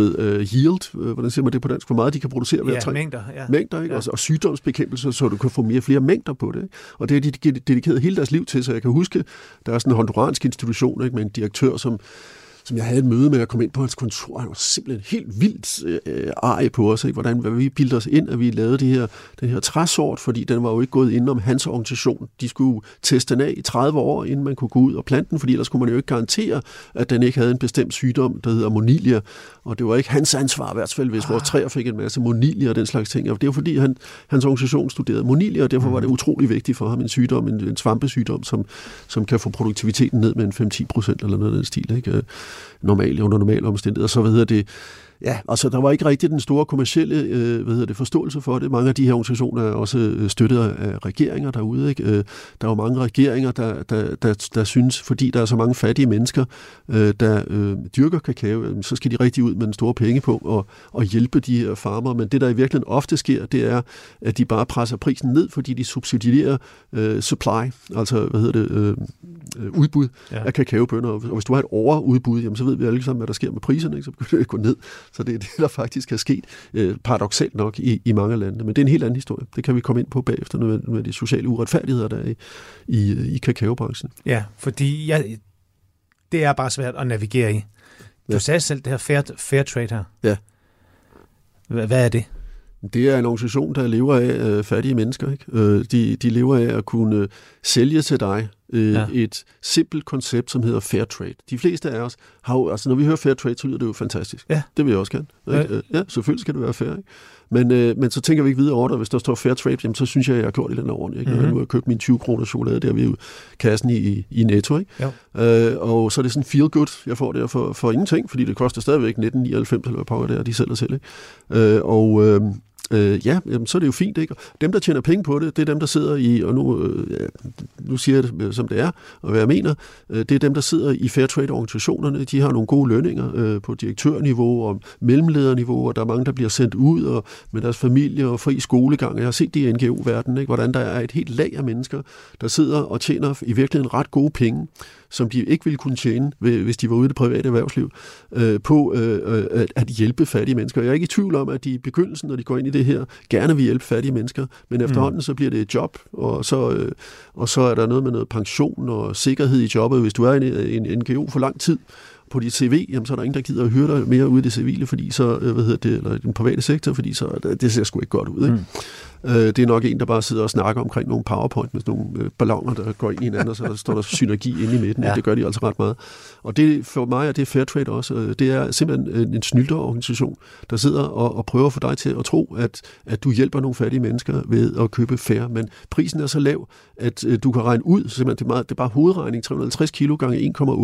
yield, hvordan siger man det på dansk, hvor meget de kan producere hver træ. Mængder, ikke? Og sygdomsbekæmpelse, så du kan få flere mængder på det. Ikke? Og det har de dedikeret hele deres liv til, så jeg kan huske, der er sådan en honduransk institution, ikke, med en direktør, som jeg havde et møde med at komme ind på hans kontor. Han var simpelthen helt vildt arg på os, ikke? Hvordan vi bildte os ind, at vi lavede den her træsort, fordi den var jo ikke gået inden om hans organisation. De skulle teste den af i 30 år, inden man kunne gå ud og plante den, fordi ellers kunne man jo ikke garantere, at den ikke havde en bestemt sygdom, der hedder monilia. Og det var ikke hans ansvar i hvert fald, hvis vores træer fik en masse monilia og den slags ting. Og det var fordi, hans organisation studerede monilia, og derfor var det utrolig vigtigt for ham en sygdom, en svampesygdom, som kan få produktiviteten ned med en 5-10% eller noget af den stil, ikke? Under normale omstændigheder, så ved det. Ja, altså der var ikke rigtig den store kommercielle forståelse for det. Mange af de her organisationer er også støttet af regeringer derude. Ikke? Der er jo mange regeringer, der synes, fordi der er så mange fattige mennesker, der dyrker kakao, så skal de rigtig ud med den store penge på og hjælpe de her farmer. Men det, der i virkeligheden ofte sker, det er, at de bare presser prisen ned, fordi de subsidierer supply, altså udbud af kakaobønner. Og hvis du har et overudbud, jamen, så ved vi alle sammen, hvad der sker med priserne, ikke? Så begynder det at gå ned. Så det er det, der faktisk er sket, paradoksalt nok, i mange lande. Men det er en helt anden historie. Det kan vi komme ind på bagefter, med de sociale uretfærdigheder, der er i kakaobranchen. Ja, fordi det er bare svært at navigere i. Du sagde selv det her fair trade her. Ja. Hvad er det? Det er en organisation, der lever af fattige mennesker. Ikke? De lever af at kunne sælge til dig et simpelt koncept, som hedder fair trade. De fleste af os har jo, altså når vi hører fair trade, så lyder det jo fantastisk. Ja. Det vil jeg også gerne. Ja, selvfølgelig skal det være fair, ikke? Men så tænker vi ikke videre over det. Hvis der står fair trade, jamen, så synes jeg har gjort det den ordentligt. Ikke? Nu har jeg købt min 20 kroner chokolade der ved kassen i Netto. Ikke? Og så er det sådan feel good, jeg får der for ingenting, fordi det koster stadigvæk 19,99 eller hvad pokker det er, de sælger selv. Ikke? Jamen, så er det jo fint, ikke? Dem, der tjener penge på det, det er dem, der sidder i, og nu siger jeg det, som det er, og hvad jeg mener, det er dem, der sidder i fair trade-organisationerne. De har nogle gode lønninger på direktørniveau og mellemlederniveau, og der er mange, der bliver sendt ud og med deres familie og fri skolegang. Jeg har set det i NGO-verdenen, ikke? Hvordan der er et helt lag af mennesker, der sidder og tjener i virkeligheden ret gode penge, som de ikke ville kunne tjene, hvis de var ude i det private erhvervsliv, på at hjælpe fattige mennesker. Jeg er ikke i tvivl om, at de i begyndelsen, når de går ind i det her, gerne vil hjælpe fattige mennesker, men efterhånden så bliver det et job, og så er der noget med noget pension og sikkerhed i jobbet. Hvis du er i en NGO for lang tid på dit CV, jamen, så er der ingen, der gider at høre dig mere ude i det civile, fordi så, eller den private sektor, fordi så, det ser sgu ikke godt ud, ikke? Det er nok en, der bare sidder og snakker omkring nogle PowerPoint med nogle balloner, der går ind i hinanden, og så der står der synergi inde i midten. Ja. Det gør de altså ret meget. Og det for mig er det fair trade også. Det er simpelthen en snylterorganisation, der sidder og prøver at få dig til at tro, at du hjælper nogle fattige mennesker ved at købe fair. Men prisen er så lav, at du kan regne ud, simpelthen det er bare hovedregning, 350 kilo gange $1,8,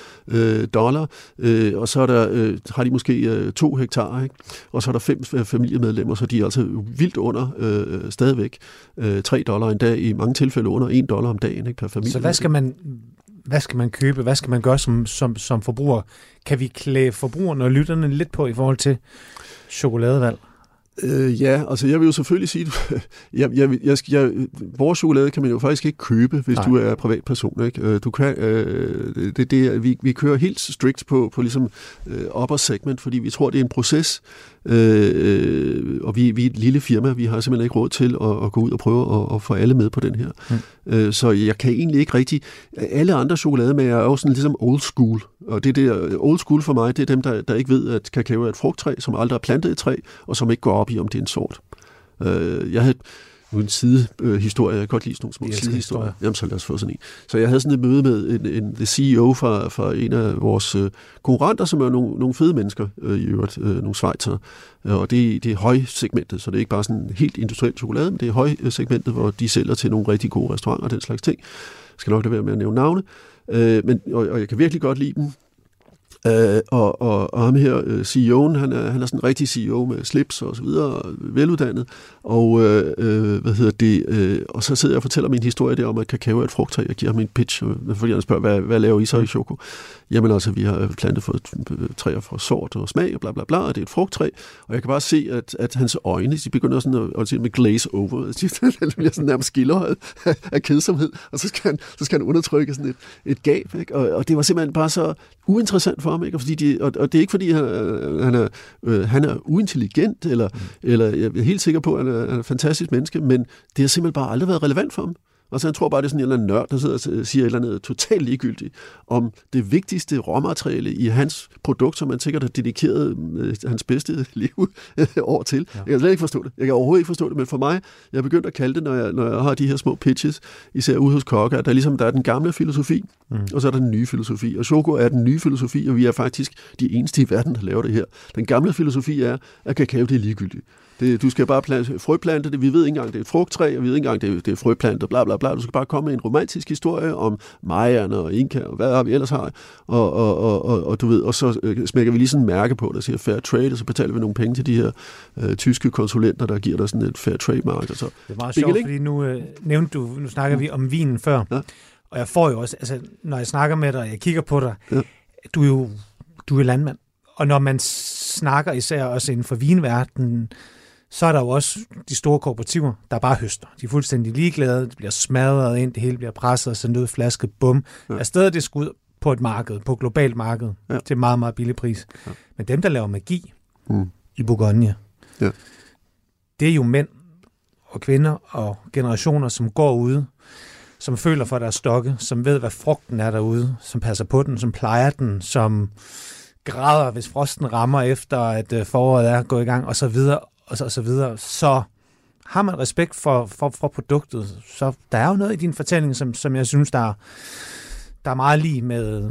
og så er der, har de måske 2 hektar, ikke? Og så er der 5 familiemedlemmer, så de er altså vildt under stadigvæk $3 en dag, i mange tilfælde under $1 om dagen, ikke, per familie. Så hvad skal man købe? Hvad skal man gøre som forbruger? Kan vi klæde forbrugerne og lytterne lidt på i forhold til chokoladevalg? Ja, altså jeg vil jo selvfølgelig sige, vores chokolade kan man jo faktisk ikke købe, hvis du er privatperson, ikke? Du kan, vi kører helt strikt på ligesom upper segment, fordi vi tror, det er en proces, og vi er et lille firma, vi har simpelthen ikke råd til at gå ud og prøve at få alle med på den her. Så jeg kan egentlig ikke rigtig. Alle andre chokolademager er jo sådan ligesom old school, og det der old school for mig, det er dem, der ikke ved, at kakao er et frugttræ, som aldrig har plantet et træ, og som ikke går op i, om det er en sort. Jeg havde en sidehistorie, jeg kan godt lide sådan nogle små sidehistorier. Jamen, så lad os få sådan en. Så jeg havde sådan et møde med en CEO fra en af vores konkurrenter, som er nogle fede mennesker i øvrigt, nogle schweizere. Og det er højsegmentet, så det er ikke bare sådan helt industrielt chokolade, men det er højsegmentet, hvor de sælger til nogle rigtig gode restauranter og den slags ting. Jeg skal nok lade være med at nævne navne. Og jeg kan virkelig godt lide dem. Og ham her, CEO'en, han er sådan en rigtig CEO med slips og så videre, veluddannet, og og så sidder jeg og fortæller min historie der om, at kakao er et frugttræ. Jeg giver ham en pitch, fordi han spørger, hvad laver I så i choko? Jamen altså, vi har plantet for træer for sort og smag og bla bla bla, og det er et frugttræ, og jeg kan bare se, at hans øjne, de begynder sådan at se med glaze over, det bliver sådan nærmest skildret af kedsomhed, og så skal han undertrykke sådan et gab, ikke? Og det var simpelthen bare så uinteressant for ham, ikke? Fordi og det er ikke fordi han er uintelligent, eller jeg er helt sikker på, at han er et fantastisk menneske, men det har simpelthen bare aldrig været relevant for ham. Og så han tror bare, det er sådan en eller anden nørd, der sidder og siger et eller andet totalt ligegyldigt om det vigtigste råmateriale i hans produkt, som han sikkert har dedikeret hans bedste liv år til. Ja. Jeg kan slet ikke forstå det. Jeg kan overhovedet ikke forstå det, men for mig, jeg er begyndt at kalde det, når jeg har de her små pitches, især ude hos kokker, at der er den gamle filosofi, og så er der den nye filosofi. Og choko er den nye filosofi, og vi er faktisk de eneste i verden, der laver det her. Den gamle filosofi er, at kakao det er ligegyldigt. Du skal bare frøplante det. Vi ved ikke engang, det er et frugttræ, og vi ved ikke engang, det er frøplanter, bla bla bla. Du skal bare komme med en romantisk historie om Mayaerne og Inka, og hvad vi ellers har. Og du ved, og så smækker vi lige sådan en mærke på, der siger fair trade, og så betaler vi nogle penge til de her tyske konsulenter, der giver dig sådan et fair trade-mark. Så. Det er meget sjovt, fordi nu snakker vi om vinen før, og jeg får jo også, altså når jeg snakker med dig, og jeg kigger på dig, du er landmand. Og når man snakker især også inden for vinverdenen, så er der jo også de store kooperativer, der bare høster. De er fuldstændig ligeglade, det bliver smadret ind, det hele bliver presset og sendt ud flaske, bum. Afsted det skal ud på et marked, på et globalt marked, til meget, meget billig pris. Ja. Men dem, der laver magi i Bourgogne, det er jo mænd og kvinder og generationer, som går ude, som føler for deres stokke, som ved, hvad frugten er derude, som passer på den, som plejer den, som græder, hvis frosten rammer efter, at foråret er gået i gang, og så videre, og så videre. Så har man respekt for produktet, så der er jo noget i din fortælling, som jeg synes, der er meget lige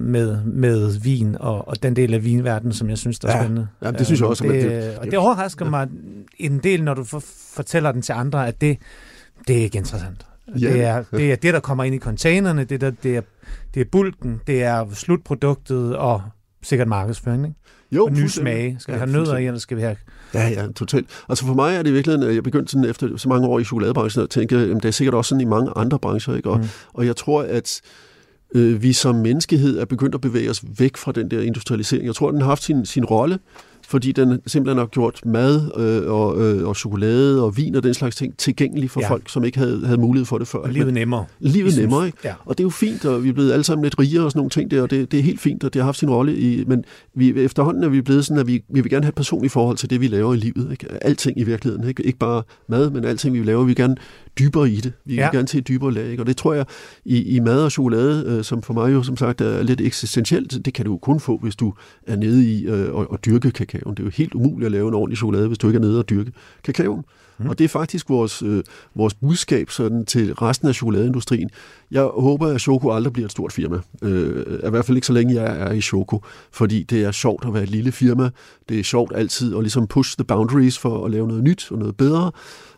med vin og den del af vinverdenen, som jeg synes, der er spændende. Ja, det synes jeg også. Og det overrasker mig en del, når du fortæller den til andre, at det er ikke interessant. Ja. Det er det, der kommer ind i containerne, det er bulken, det er slutproduktet og sikkert markedsføring, ikke? Jo, og nye smage. Skal vi have nødder i, eller skal vi have... Ja, totalt. Altså for mig er det i virkeligheden, at jeg begyndte sådan efter så mange år i chokoladebranchen at tænke, at det er sikkert også sådan i mange andre brancher, ikke? Og jeg tror, at vi som menneskehed er begyndt at bevæge os væk fra den der industrialisering. Jeg tror, den har haft sin rolle, fordi den simpelthen har gjort mad og chokolade og vin og den slags ting tilgængelig for folk, som ikke havde mulighed for det før. Og livet nemmere. Livet nemmere, ikke? Ja. Og det er jo fint, og vi er blevet alle sammen lidt rigere og sådan nogle ting der, og det er helt fint, og det har haft sin rolle i, men efterhånden er vi blevet sådan, at vi vil gerne have et personligt forhold til det, vi laver i livet, ikke? Alting i virkeligheden, ikke bare mad, men alting, vi laver, vi vil gerne dybere i det. Vi vil gerne til et dybere lag, ikke? Og det tror jeg, i mad og chokolade, som for mig jo som sagt er lidt eksistentielt, det kan du kun få, hvis du er nede i at dyrke kakaoen. Det er jo helt umuligt at lave en ordentlig chokolade, hvis du ikke er nede og dyrke kakaoen. Og det er faktisk vores budskab sådan, til resten af chokoladeindustrien. Jeg håber, at Choco aldrig bliver et stort firma. I hvert fald ikke så længe jeg er i Choco, fordi det er sjovt at være et lille firma. Det er sjovt altid at ligesom push the boundaries for at lave noget nyt og noget bedre,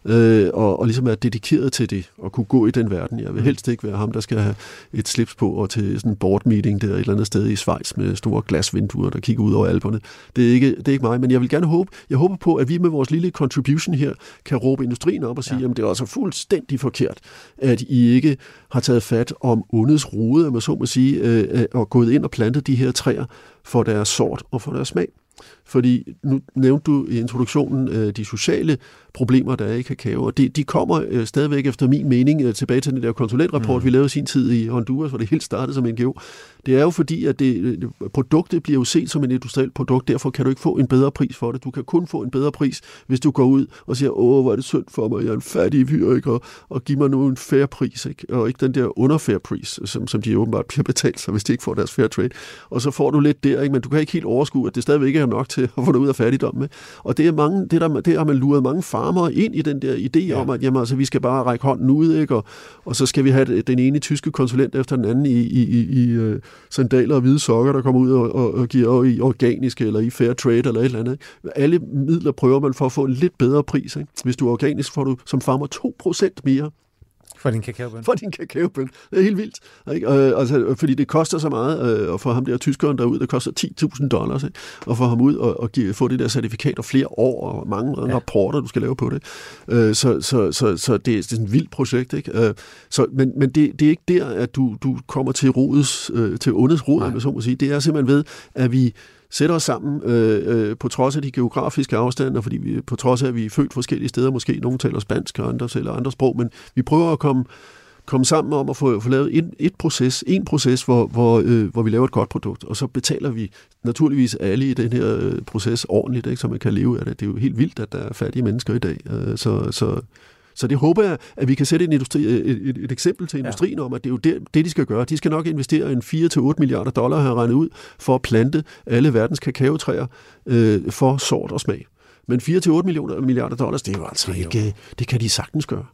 og ligesom være dedikeret til det, og kunne gå i den verden. Jeg vil helst ikke være ham, der skal have et slips på og til sådan en board meeting der et eller andet sted i Schweiz med store glasvinduer, der kigger ud over Alperne. Det er ikke mig, men jeg vil gerne jeg håber på, at vi med vores lille contribution her kan råbe industrien op og sige, jamen det er også fuldstændig forkert, at I ikke har taget fat om ondets rode, man så må sige, og gået ind og plantet de her træer for deres sort og for deres smag. Fordi nu nævnte du i introduktionen de sociale problemer, der er i kakao, og de kommer stadigvæk efter min mening tilbage til den der konsulentrapport, vi lavede i sin tid i Honduras, hvor det helt startede som NGO. Det er jo fordi, at produktet bliver jo set som et industrielt produkt, derfor kan du ikke få en bedre pris for det. Du kan kun få en bedre pris, hvis du går ud og siger, hvor er det synd for mig, jeg er en fattig fyr, ikke? Og giv mig nu en fair pris, ikke? Og ikke den der underfair pris, som de åbenbart bliver betalt sig, hvis de ikke får deres fair trade. Og så får du lidt der, ikke? Men du kan ikke helt overskue, at det stadigvæk er nok til at få dig ud af fattigdommen. Og det har man luret mange farmere ind i den der idé om, at jamen, altså, vi skal bare række hånden ud, ikke? Og så skal vi have den ene tyske konsulent efter den anden i sandaler og hvide sokker, der kommer ud og giver i organiske eller i fair trade eller et eller andet. Alle midler prøver man for at få en lidt bedre pris, ikke? Hvis du er organisk, får du som farmer 2% mere. For din kakaobøn. For din kakaobøn. Det er helt vildt. Ikke? Altså, fordi det koster så meget at få ham der tyskeren derud. Det koster $10,000 ikke? At få ham ud og få det der certifikat og flere år og mange rapporter, du skal lave på det. Så det er sådan et vildt projekt. Ikke? Men det er ikke der, at du kommer til ondets rod, så må sige. Det er simpelthen ved, at vi sætter os sammen på trods af de geografiske afstande, og fordi vi, på trods af, at vi er født forskellige steder, måske nogen taler spansk og andre taler andre sprog, men vi prøver at komme sammen om at få lavet en proces, hvor vi laver et godt produkt, og så betaler vi naturligvis alle i den her proces ordentligt, ikke, så man kan leve af det. Det er jo helt vildt, at der er fattige mennesker i dag. Så det håber jeg, at vi kan sætte et eksempel til industrien om, at det er jo det, de skal gøre. De skal nok investere en $4-8 milliarder, har regnet ud, for at plante alle verdens kakaotræer for sort og smag. Men $4-8 milliarder, det er jo altså ikke, det kan de sagtens gøre.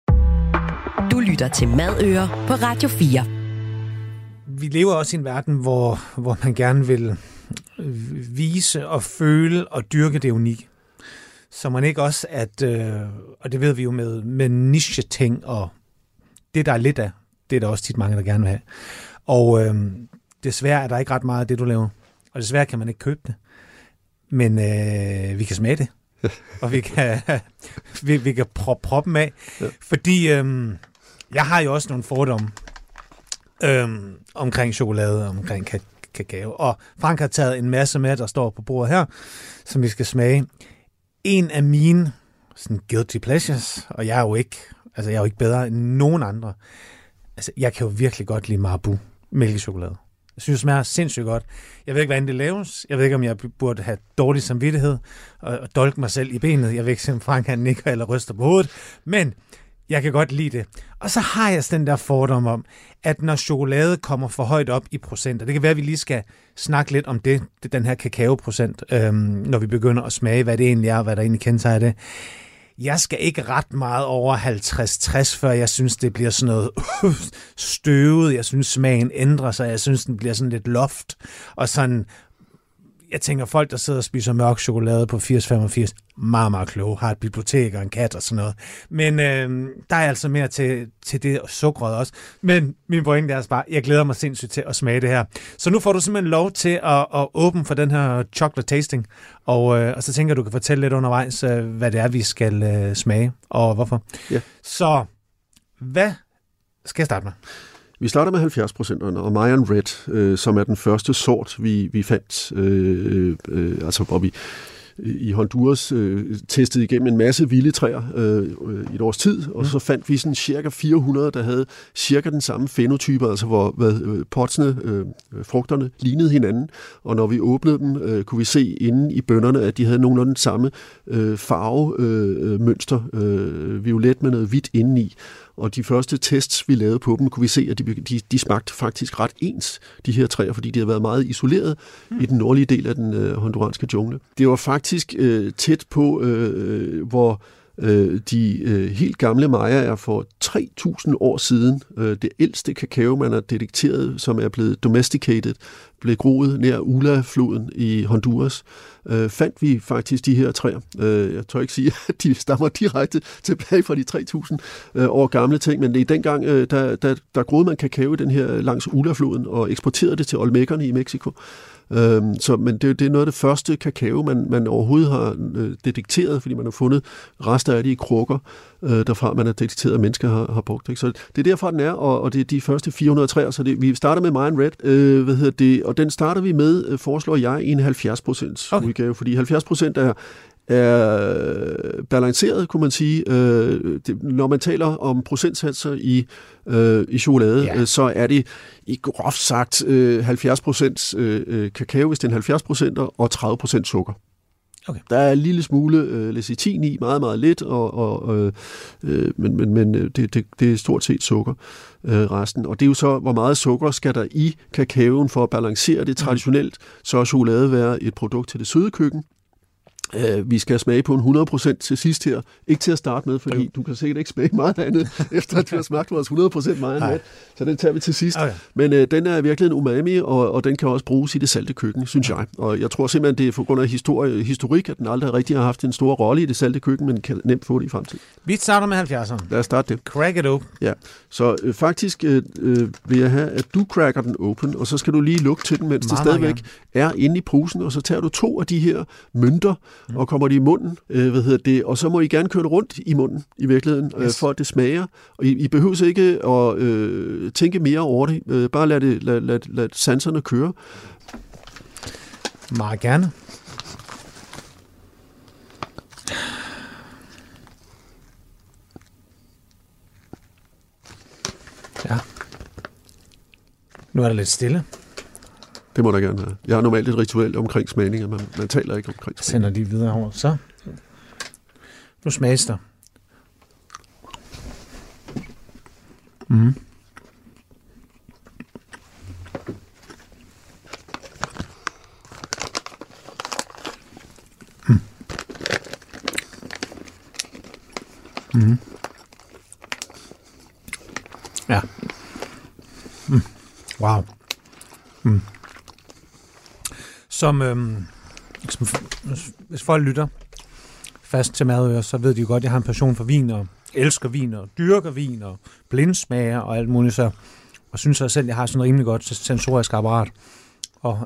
Du lytter til Madøre på Radio 4. Vi lever også i en verden, hvor man gerne vil vise og føle og dyrke det unikke. Så man ikke også, og det ved vi jo med niche-ting, og det, der er lidt af, det er der også tit mange, der gerne vil have. Og desværre er der ikke ret meget af det, du laver. Og desværre kan man ikke købe det. Men vi kan smage det. Og vi kan proppe dem af. Ja. Fordi jeg har jo også nogle fordomme omkring chokolade, omkring kakao. Og Frank har taget en masse med, der står på bordet her, som vi skal smage. En af mine sådan guilty pleasures, og jeg er jo ikke bedre end nogen andre. Altså, jeg kan jo virkelig godt lide Marabou mælkechokolade. Jeg synes, det smager sindssygt godt. Jeg ved ikke, hvordan det laves. Jeg ved ikke, om jeg burde have dårlig samvittighed og dolke mig selv i benet. Jeg ved ikke, om Frank han nikker eller ryster på hovedet. Men jeg kan godt lide det. Og så har jeg den der fordom om, at når chokolade kommer for højt op i procenter, det kan være, at vi lige skal snakke lidt om den her kakaoprocent, når vi begynder at smage, hvad det egentlig er, hvad der egentlig kendetegner det. jeg skal ikke ret meget over 50-60, før jeg synes, det bliver sådan noget støvet. Jeg synes, smagen ændrer sig. Jeg synes, den bliver sådan lidt loft. Og sådan, jeg tænker, folk, der sidder og spiser mørk chokolade på 80-85, meget, meget kloge, har et bibliotek og en kat og sådan noget. Men der er altså mere til det sukkeret også. Men min pointe er altså bare, jeg glæder mig sindssygt til at smage det her. Så nu får du simpelthen lov til at åbne for den her chocolate tasting, og så tænker jeg, du kan fortælle lidt undervejs, hvad det er, vi skal smage, og hvorfor. Ja. Så hvad skal jeg starte med? Vi starter med 70%'erne, og Mayan Red, som er den første sort, vi fandt, altså hvor vi i Honduras testede igennem en masse vilde træer i et års tid, og så fandt vi sådan cirka 400, der havde cirka den samme fænotype, altså hvor potsene, frugterne, lignede hinanden, og når vi åbnede dem, kunne vi se inde i bønnerne, at de havde nogenlunde den samme farvemønster, violet med noget hvidt indeni. Og de første tests, vi lavede på dem, kunne vi se, at de smagte faktisk ret ens, de her træer, fordi de havde været meget isoleret i den nordlige del af den honduranske jungle. Det var faktisk tæt på, hvor de helt gamle Maya er for 3.000 år siden. Det ældste kakao, man har detekteret, som er blevet domesticated, blev groet nær Ula-floden i Honduras, fandt vi faktisk de her træer. Jeg tør ikke sige, at de stammer direkte tilbage fra de 3.000 år gamle ting, men i dengang, der groede man kakao den her langs Ula-floden og eksporterede det til Olmecerne i Mexico. Men det er noget af det første kakao, man overhovedet har detekteret, fordi man har fundet rester af det i krukker, derfra man har detekteret, at mennesker har brugt det. Så det er derfor, den er, og det er de første 400 træer. Så vi starter med Mayan Red, og den starter vi med, foreslår jeg, i en 70% udgave, fordi 70% er balanceret, kunne man sige. Når man taler om procentsatser i chokolade, så er det i groft sagt 70% kakao, hvis det er 70%, og 30% sukker. Okay. Der er en lille smule lecitin i, meget, meget lidt, men det er stort set sukker resten. Og det er jo så, hvor meget sukker skal der i kakaoen for at balancere det. Traditionelt så er chokolade være et produkt til det søde køkken. Vi skal smage på en 100% til sidst her. Ikke til at starte med, fordi du kan sikkert ikke smage meget andet, efter at du har smagt vores 100% Mayan Red. Så den tager vi til sidst. Okay. Men den er virkelig en umami, og den kan også bruges i det salte køkken, synes jeg. Og jeg tror simpelthen, det er på grund af historik, at den aldrig rigtig har haft en stor rolle i det salte køkken, men kan nemt få det i fremtiden. Vi starter med 70'erne. Lad os starte det. Crack it open. Ja, så faktisk vil jeg have, at du cracker den open, og så skal du lige lukke til den, mens det stadigvæk er inde i posen, og så tager du 2 af de her mønter, og kommer de i munden, og så må I gerne køre det rundt i munden, i virkeligheden, for at det smager. Og I behøver ikke at tænke mere over det. Bare lad sanserne køre. Meget gerne. Ja. Nu er der lidt stille. Det må der gerne være. Jeg har normalt et ritual omkring smagninger, men man taler ikke omkring smagninger. Sender de videre over. Så. Nu smages der. Mm. Mm. Mm. Ja. Mm. Wow. Mm. Hvis folk lytter fast til Madøer, så ved de jo godt, at jeg har en passion for vin, og elsker vin, og dyrker vin, og blindsmager, og alt muligt, og synes jeg selv, at jeg har sådan en rimelig godt sensorisk apparat. Og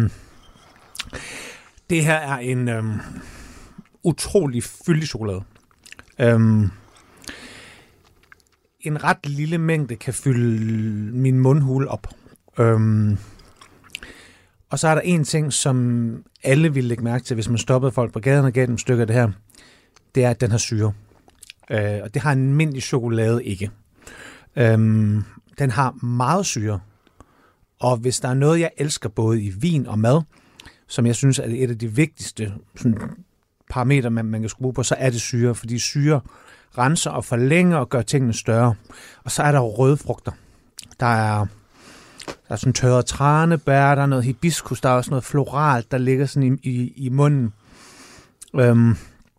det her er en utrolig fyldig chokolade. En ret lille mængde kan fylde min mundhule op. Og så er der en ting, som alle vil lægge mærke til, hvis man stoppede folk på gaden og gav dem et stykke af det her. Det er, at den har syre. Og det har en almindelig chokolade ikke. Den har meget syre. Og hvis der er noget, jeg elsker både i vin og mad, som jeg synes er et af de vigtigste parametre, man kan skrue på, så er det syre. Fordi syre renser og forlænger og gør tingene større. Og så er der røde frugter. Der er sådan tørret tranebær, der er noget hibiskus, der er også noget floralt, der ligger sådan i munden.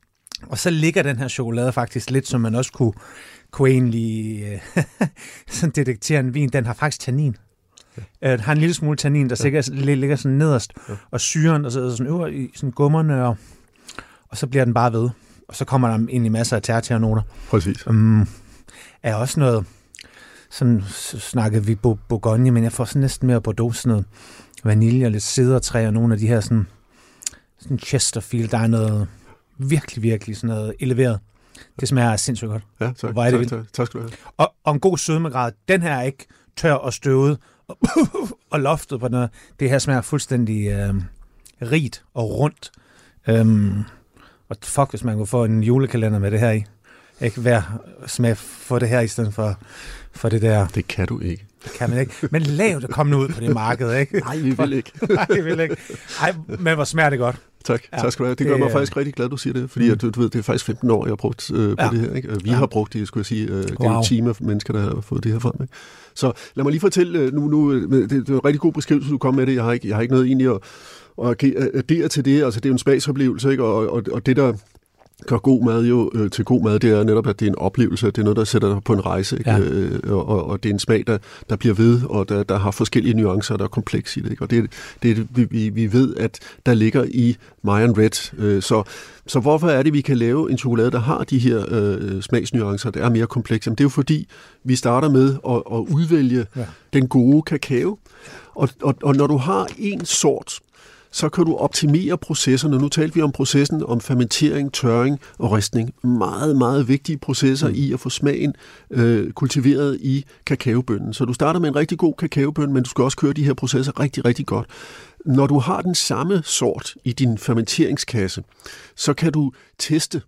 Og så ligger den her chokolade faktisk lidt, som man også kunne egentlig sådan detektere en vin. Den har faktisk tannin. Ja. Den har en lille smule tannin, der sikkert ligger sådan nederst, og syren, og så sådan øver i sådan gummerne, og så bliver den bare ved. Og så kommer der egentlig masser af tertiærnoter. Præcis. Er også noget, sådan snakkede vi Bourgogne, men jeg får sådan næsten mere Bordeaux, sådan noget vanilje og lidt cedertræ, og nogle af de her sådan Chesterfield, der er noget virkelig, virkelig sådan noget eleveret. Det smager sindssygt godt. Ja, tak skal du have. Og en god sødmegrad. Den her er ikke tør og støvet og loftet på noget. Det her smager fuldstændig rigt og rundt. Og fuck, hvis man kunne få en julekalender med det her i. Ikke hver smag for det her i stedet for det der. Det kan du ikke. Det kan man ikke. Men lav det komme ud på det marked, ikke? Nej, vi vil ikke. Nej, vi vil ikke. Ej, men hvor smager det godt. Tak, ja, tak skal du have. Det gør mig faktisk rigtig glad, du siger det, fordi du ved, det er faktisk 15 år, jeg har brugt på det her. Ikke? Vi har brugt det, skulle jeg sige. Det er jo team af mennesker, der har fået det her frem. Ikke? Så lad mig lige fortælle, nu det er en rigtig god beskrivelse, du kom med det. Jeg har ikke noget egentlig at addere til det. Altså, det er jo en smagsoplevelse, ikke? Og det, der gør god mad jo til god mad, det er netop, at det er en oplevelse, det er noget, der sætter dig på en rejse, ikke? Ja. Og det er en smag, der bliver ved, og der har forskellige nuancer, der er kompleks i det, ikke? Og det vi ved, at der ligger i Mayan Red. Så hvorfor er det, vi kan lave en chokolade, der har de her smagsnuancer, der er mere komplekse? Jamen, det er jo fordi, vi starter med at udvælge den gode kakao, og når du har en sort, så kan du optimere processerne. Nu talte vi om processen om fermentering, tørring og ristning. Meget, meget vigtige processer i at få smagen kultiveret i kakaobønnen. Så du starter med en rigtig god kakaobønne, men du skal også køre de her processer rigtig, rigtig godt. Når du har den samme sort i din fermenteringskasse, så kan du teste,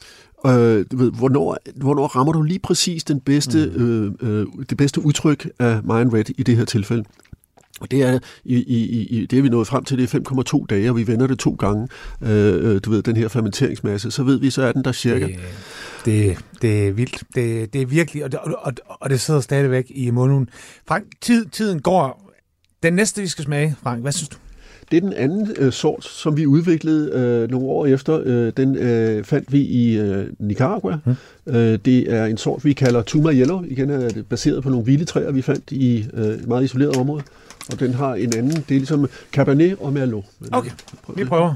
hvornår rammer du lige præcis det bedste udtryk af Mayan Red i det her tilfælde. Og det er, det er vi nået frem til, det er 5,2 dage, og vi vender det 2 gange, den her fermenteringsmasse, så ved vi, så er den der cirka. Det er vildt. Det er virkelig, og det sidder stadigvæk i munden. Frank, tiden går. Den næste, vi skal smage, Frank, hvad synes du? Det er den anden sort, som vi udviklede nogle år efter. Den fandt vi i Nicaragua. Det er en sort, vi kalder Tuma Yellow. Igen er det baseret på nogle hviletræer, vi fandt i et meget isoleret område. Og den har en anden, det er ligesom Cabernet og Merlot. Okay, vi prøver.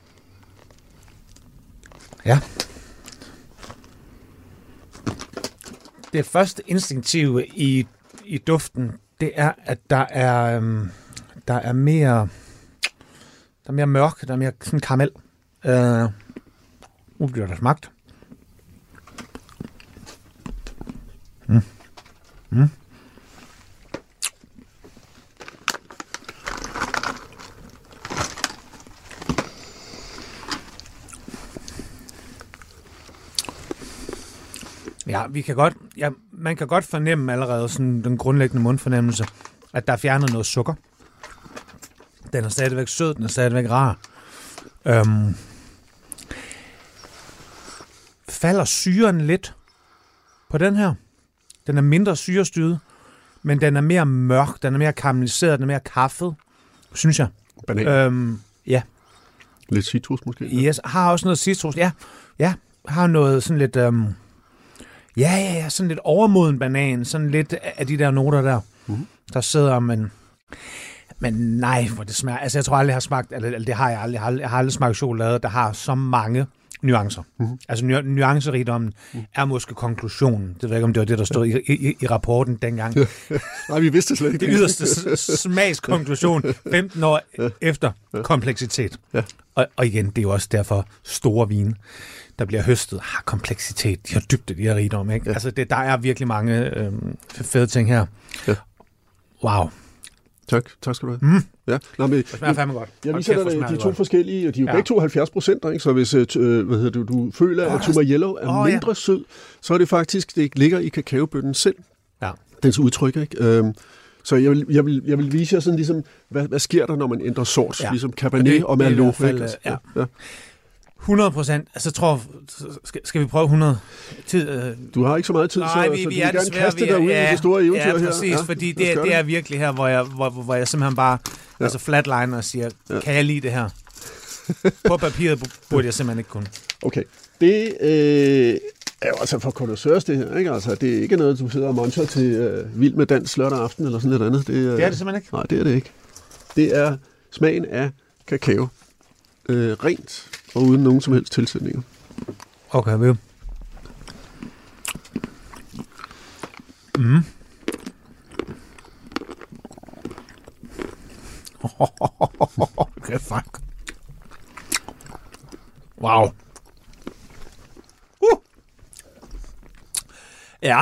Ja. Det første instinktive i duften, det er, at der er mere mørk, der er mere sådan karamel. Bliver der smagt. Ja, man kan godt fornemme allerede sådan den grundlæggende mundfornemmelse, at der er fjernet noget sukker. Den er stadigvæk sød, den er stadigvæk rar. Falder syren lidt på den her. Den er mindre syrestyret, men den er mere mørk, den er mere karamelliseret, den er mere kaffet, synes jeg. Banan? Ja. Lidt citrus måske? Yes, har også noget citrus. Ja, har noget sådan lidt... sådan lidt overmoden banan, sådan lidt af de der noter der, der sidder, men nej, hvor det smager. Altså, jeg tror aldrig, jeg har smagt, eller det har jeg aldrig. Jeg har aldrig smagt chokolade, der har så mange nuancer. Altså, nuancerigdommen er måske konklusionen. Det ved jeg ikke, om det var det, der stod i rapporten dengang. Nej, vi vidste slet ikke. Det yderste smagskonklusion 15 år efter kompleksitet. Ja. Og igen, det er jo også derfor store vine, der bliver høstet, har kompleksitet, de har dybde, de har rigdom, ikke? Ja. Altså, der er virkelig mange fede ting her. Ja. Wow. Tak skal du have. Ja. Nå, men, det smager fandme godt. Jeg viser dig de to forskellige, og de er jo begge to 70%, ikke? Så hvis du føler, at Tuma Yellow er mindre sød, så er det faktisk, det ligger i kakaobønnen selv. Ja. Dens udtryk, ikke? Så jeg vil vise jer sådan ligesom, hvad sker der, når man ændrer sort, ligesom Cabernet og Merlot. Ja. 100%. Altså, tror skal vi prøve 100 tid? Du har ikke så meget tid, så du vil gerne kaste dig ud i det store eventyr her. Ja, præcis, fordi det er virkelig her, hvor jeg simpelthen bare flatliner og siger, kan jeg lide det her? På papiret burde jeg simpelthen ikke kunne. Okay. Det er jo altså for connoisseurs, det her, ikke? Altså, det er ikke noget, du sidder og muncher til Vild med Dans lørdag aften, eller sådan noget andet. Det er det simpelthen ikke? Nej, det er det ikke. Det er smagen af kakao. Rent og uden nogen som helst tilsætninger. Okay, vel. Mm. Okay, fuck. Wow. Ja.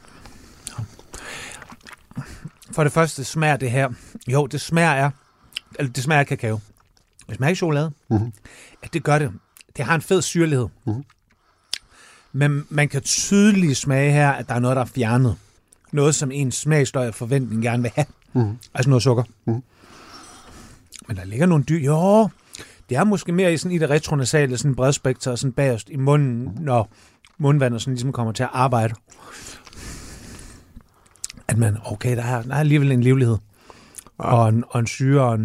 For det første smager det her. Jo, det smager af kakao. Det smager ikke chokolade. Mm-hmm. Ja, det gør det. Det har en fed syrlighed. Mm-hmm. Men man kan tydeligt smage her, at der er noget, der er fjernet. Noget, som en smagsløg og forventning gerne vil have. Mm-hmm. Altså noget sukker. Mm-hmm. Men der ligger nogle dyr. Jo, det er måske mere i det retronasale, sådan bredspekter og sådan bagerst i munden, når mundvandet sådan ligesom kommer til at arbejde. At man, okay, der er alligevel en livlighed. Ja. Og en syre og en...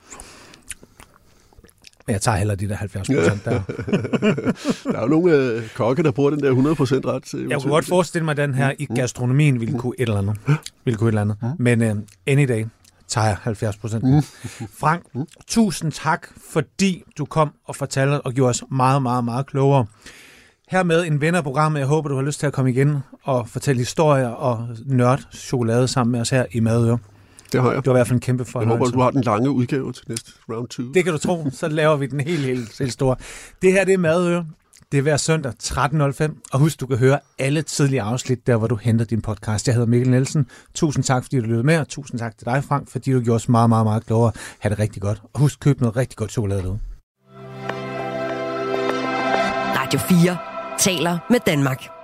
jeg tager heller de der 70% der. Der er jo nogle kokke, der bruger den der 100% ret. Jeg kunne godt forestille mig, at den her i gastronomien ville kunne et eller andet. Men any day tager jeg 70%. Frank, tusind tak, fordi du kom og fortalte og gjorde os meget, meget, meget klogere. Hermed en ven af programmet. Jeg håber, du har lyst til at komme igen og fortælle historier og nørde chokolade sammen med os her i Madøre. Det har jeg. Det var i hvert fald en kæmpe fornøjelse. Jeg håber, du har den lange udgave til næste round 2. Det kan du tro. Så laver vi den helt store. Det her, det er Madøre. Det er hver søndag 13.05. Og husk, du kan høre alle tidlige afsnit, der hvor du henter din podcast. Jeg hedder Mikkel Nielsen. Tusind tak, fordi du lyttede med. Og tusind tak til dig, Frank, fordi du gjorde os meget, meget, meget klogere. Ha' det rigtig godt. Og husk, køb noget rigtig godt chokolade derude. Radio 4 taler med Danmark.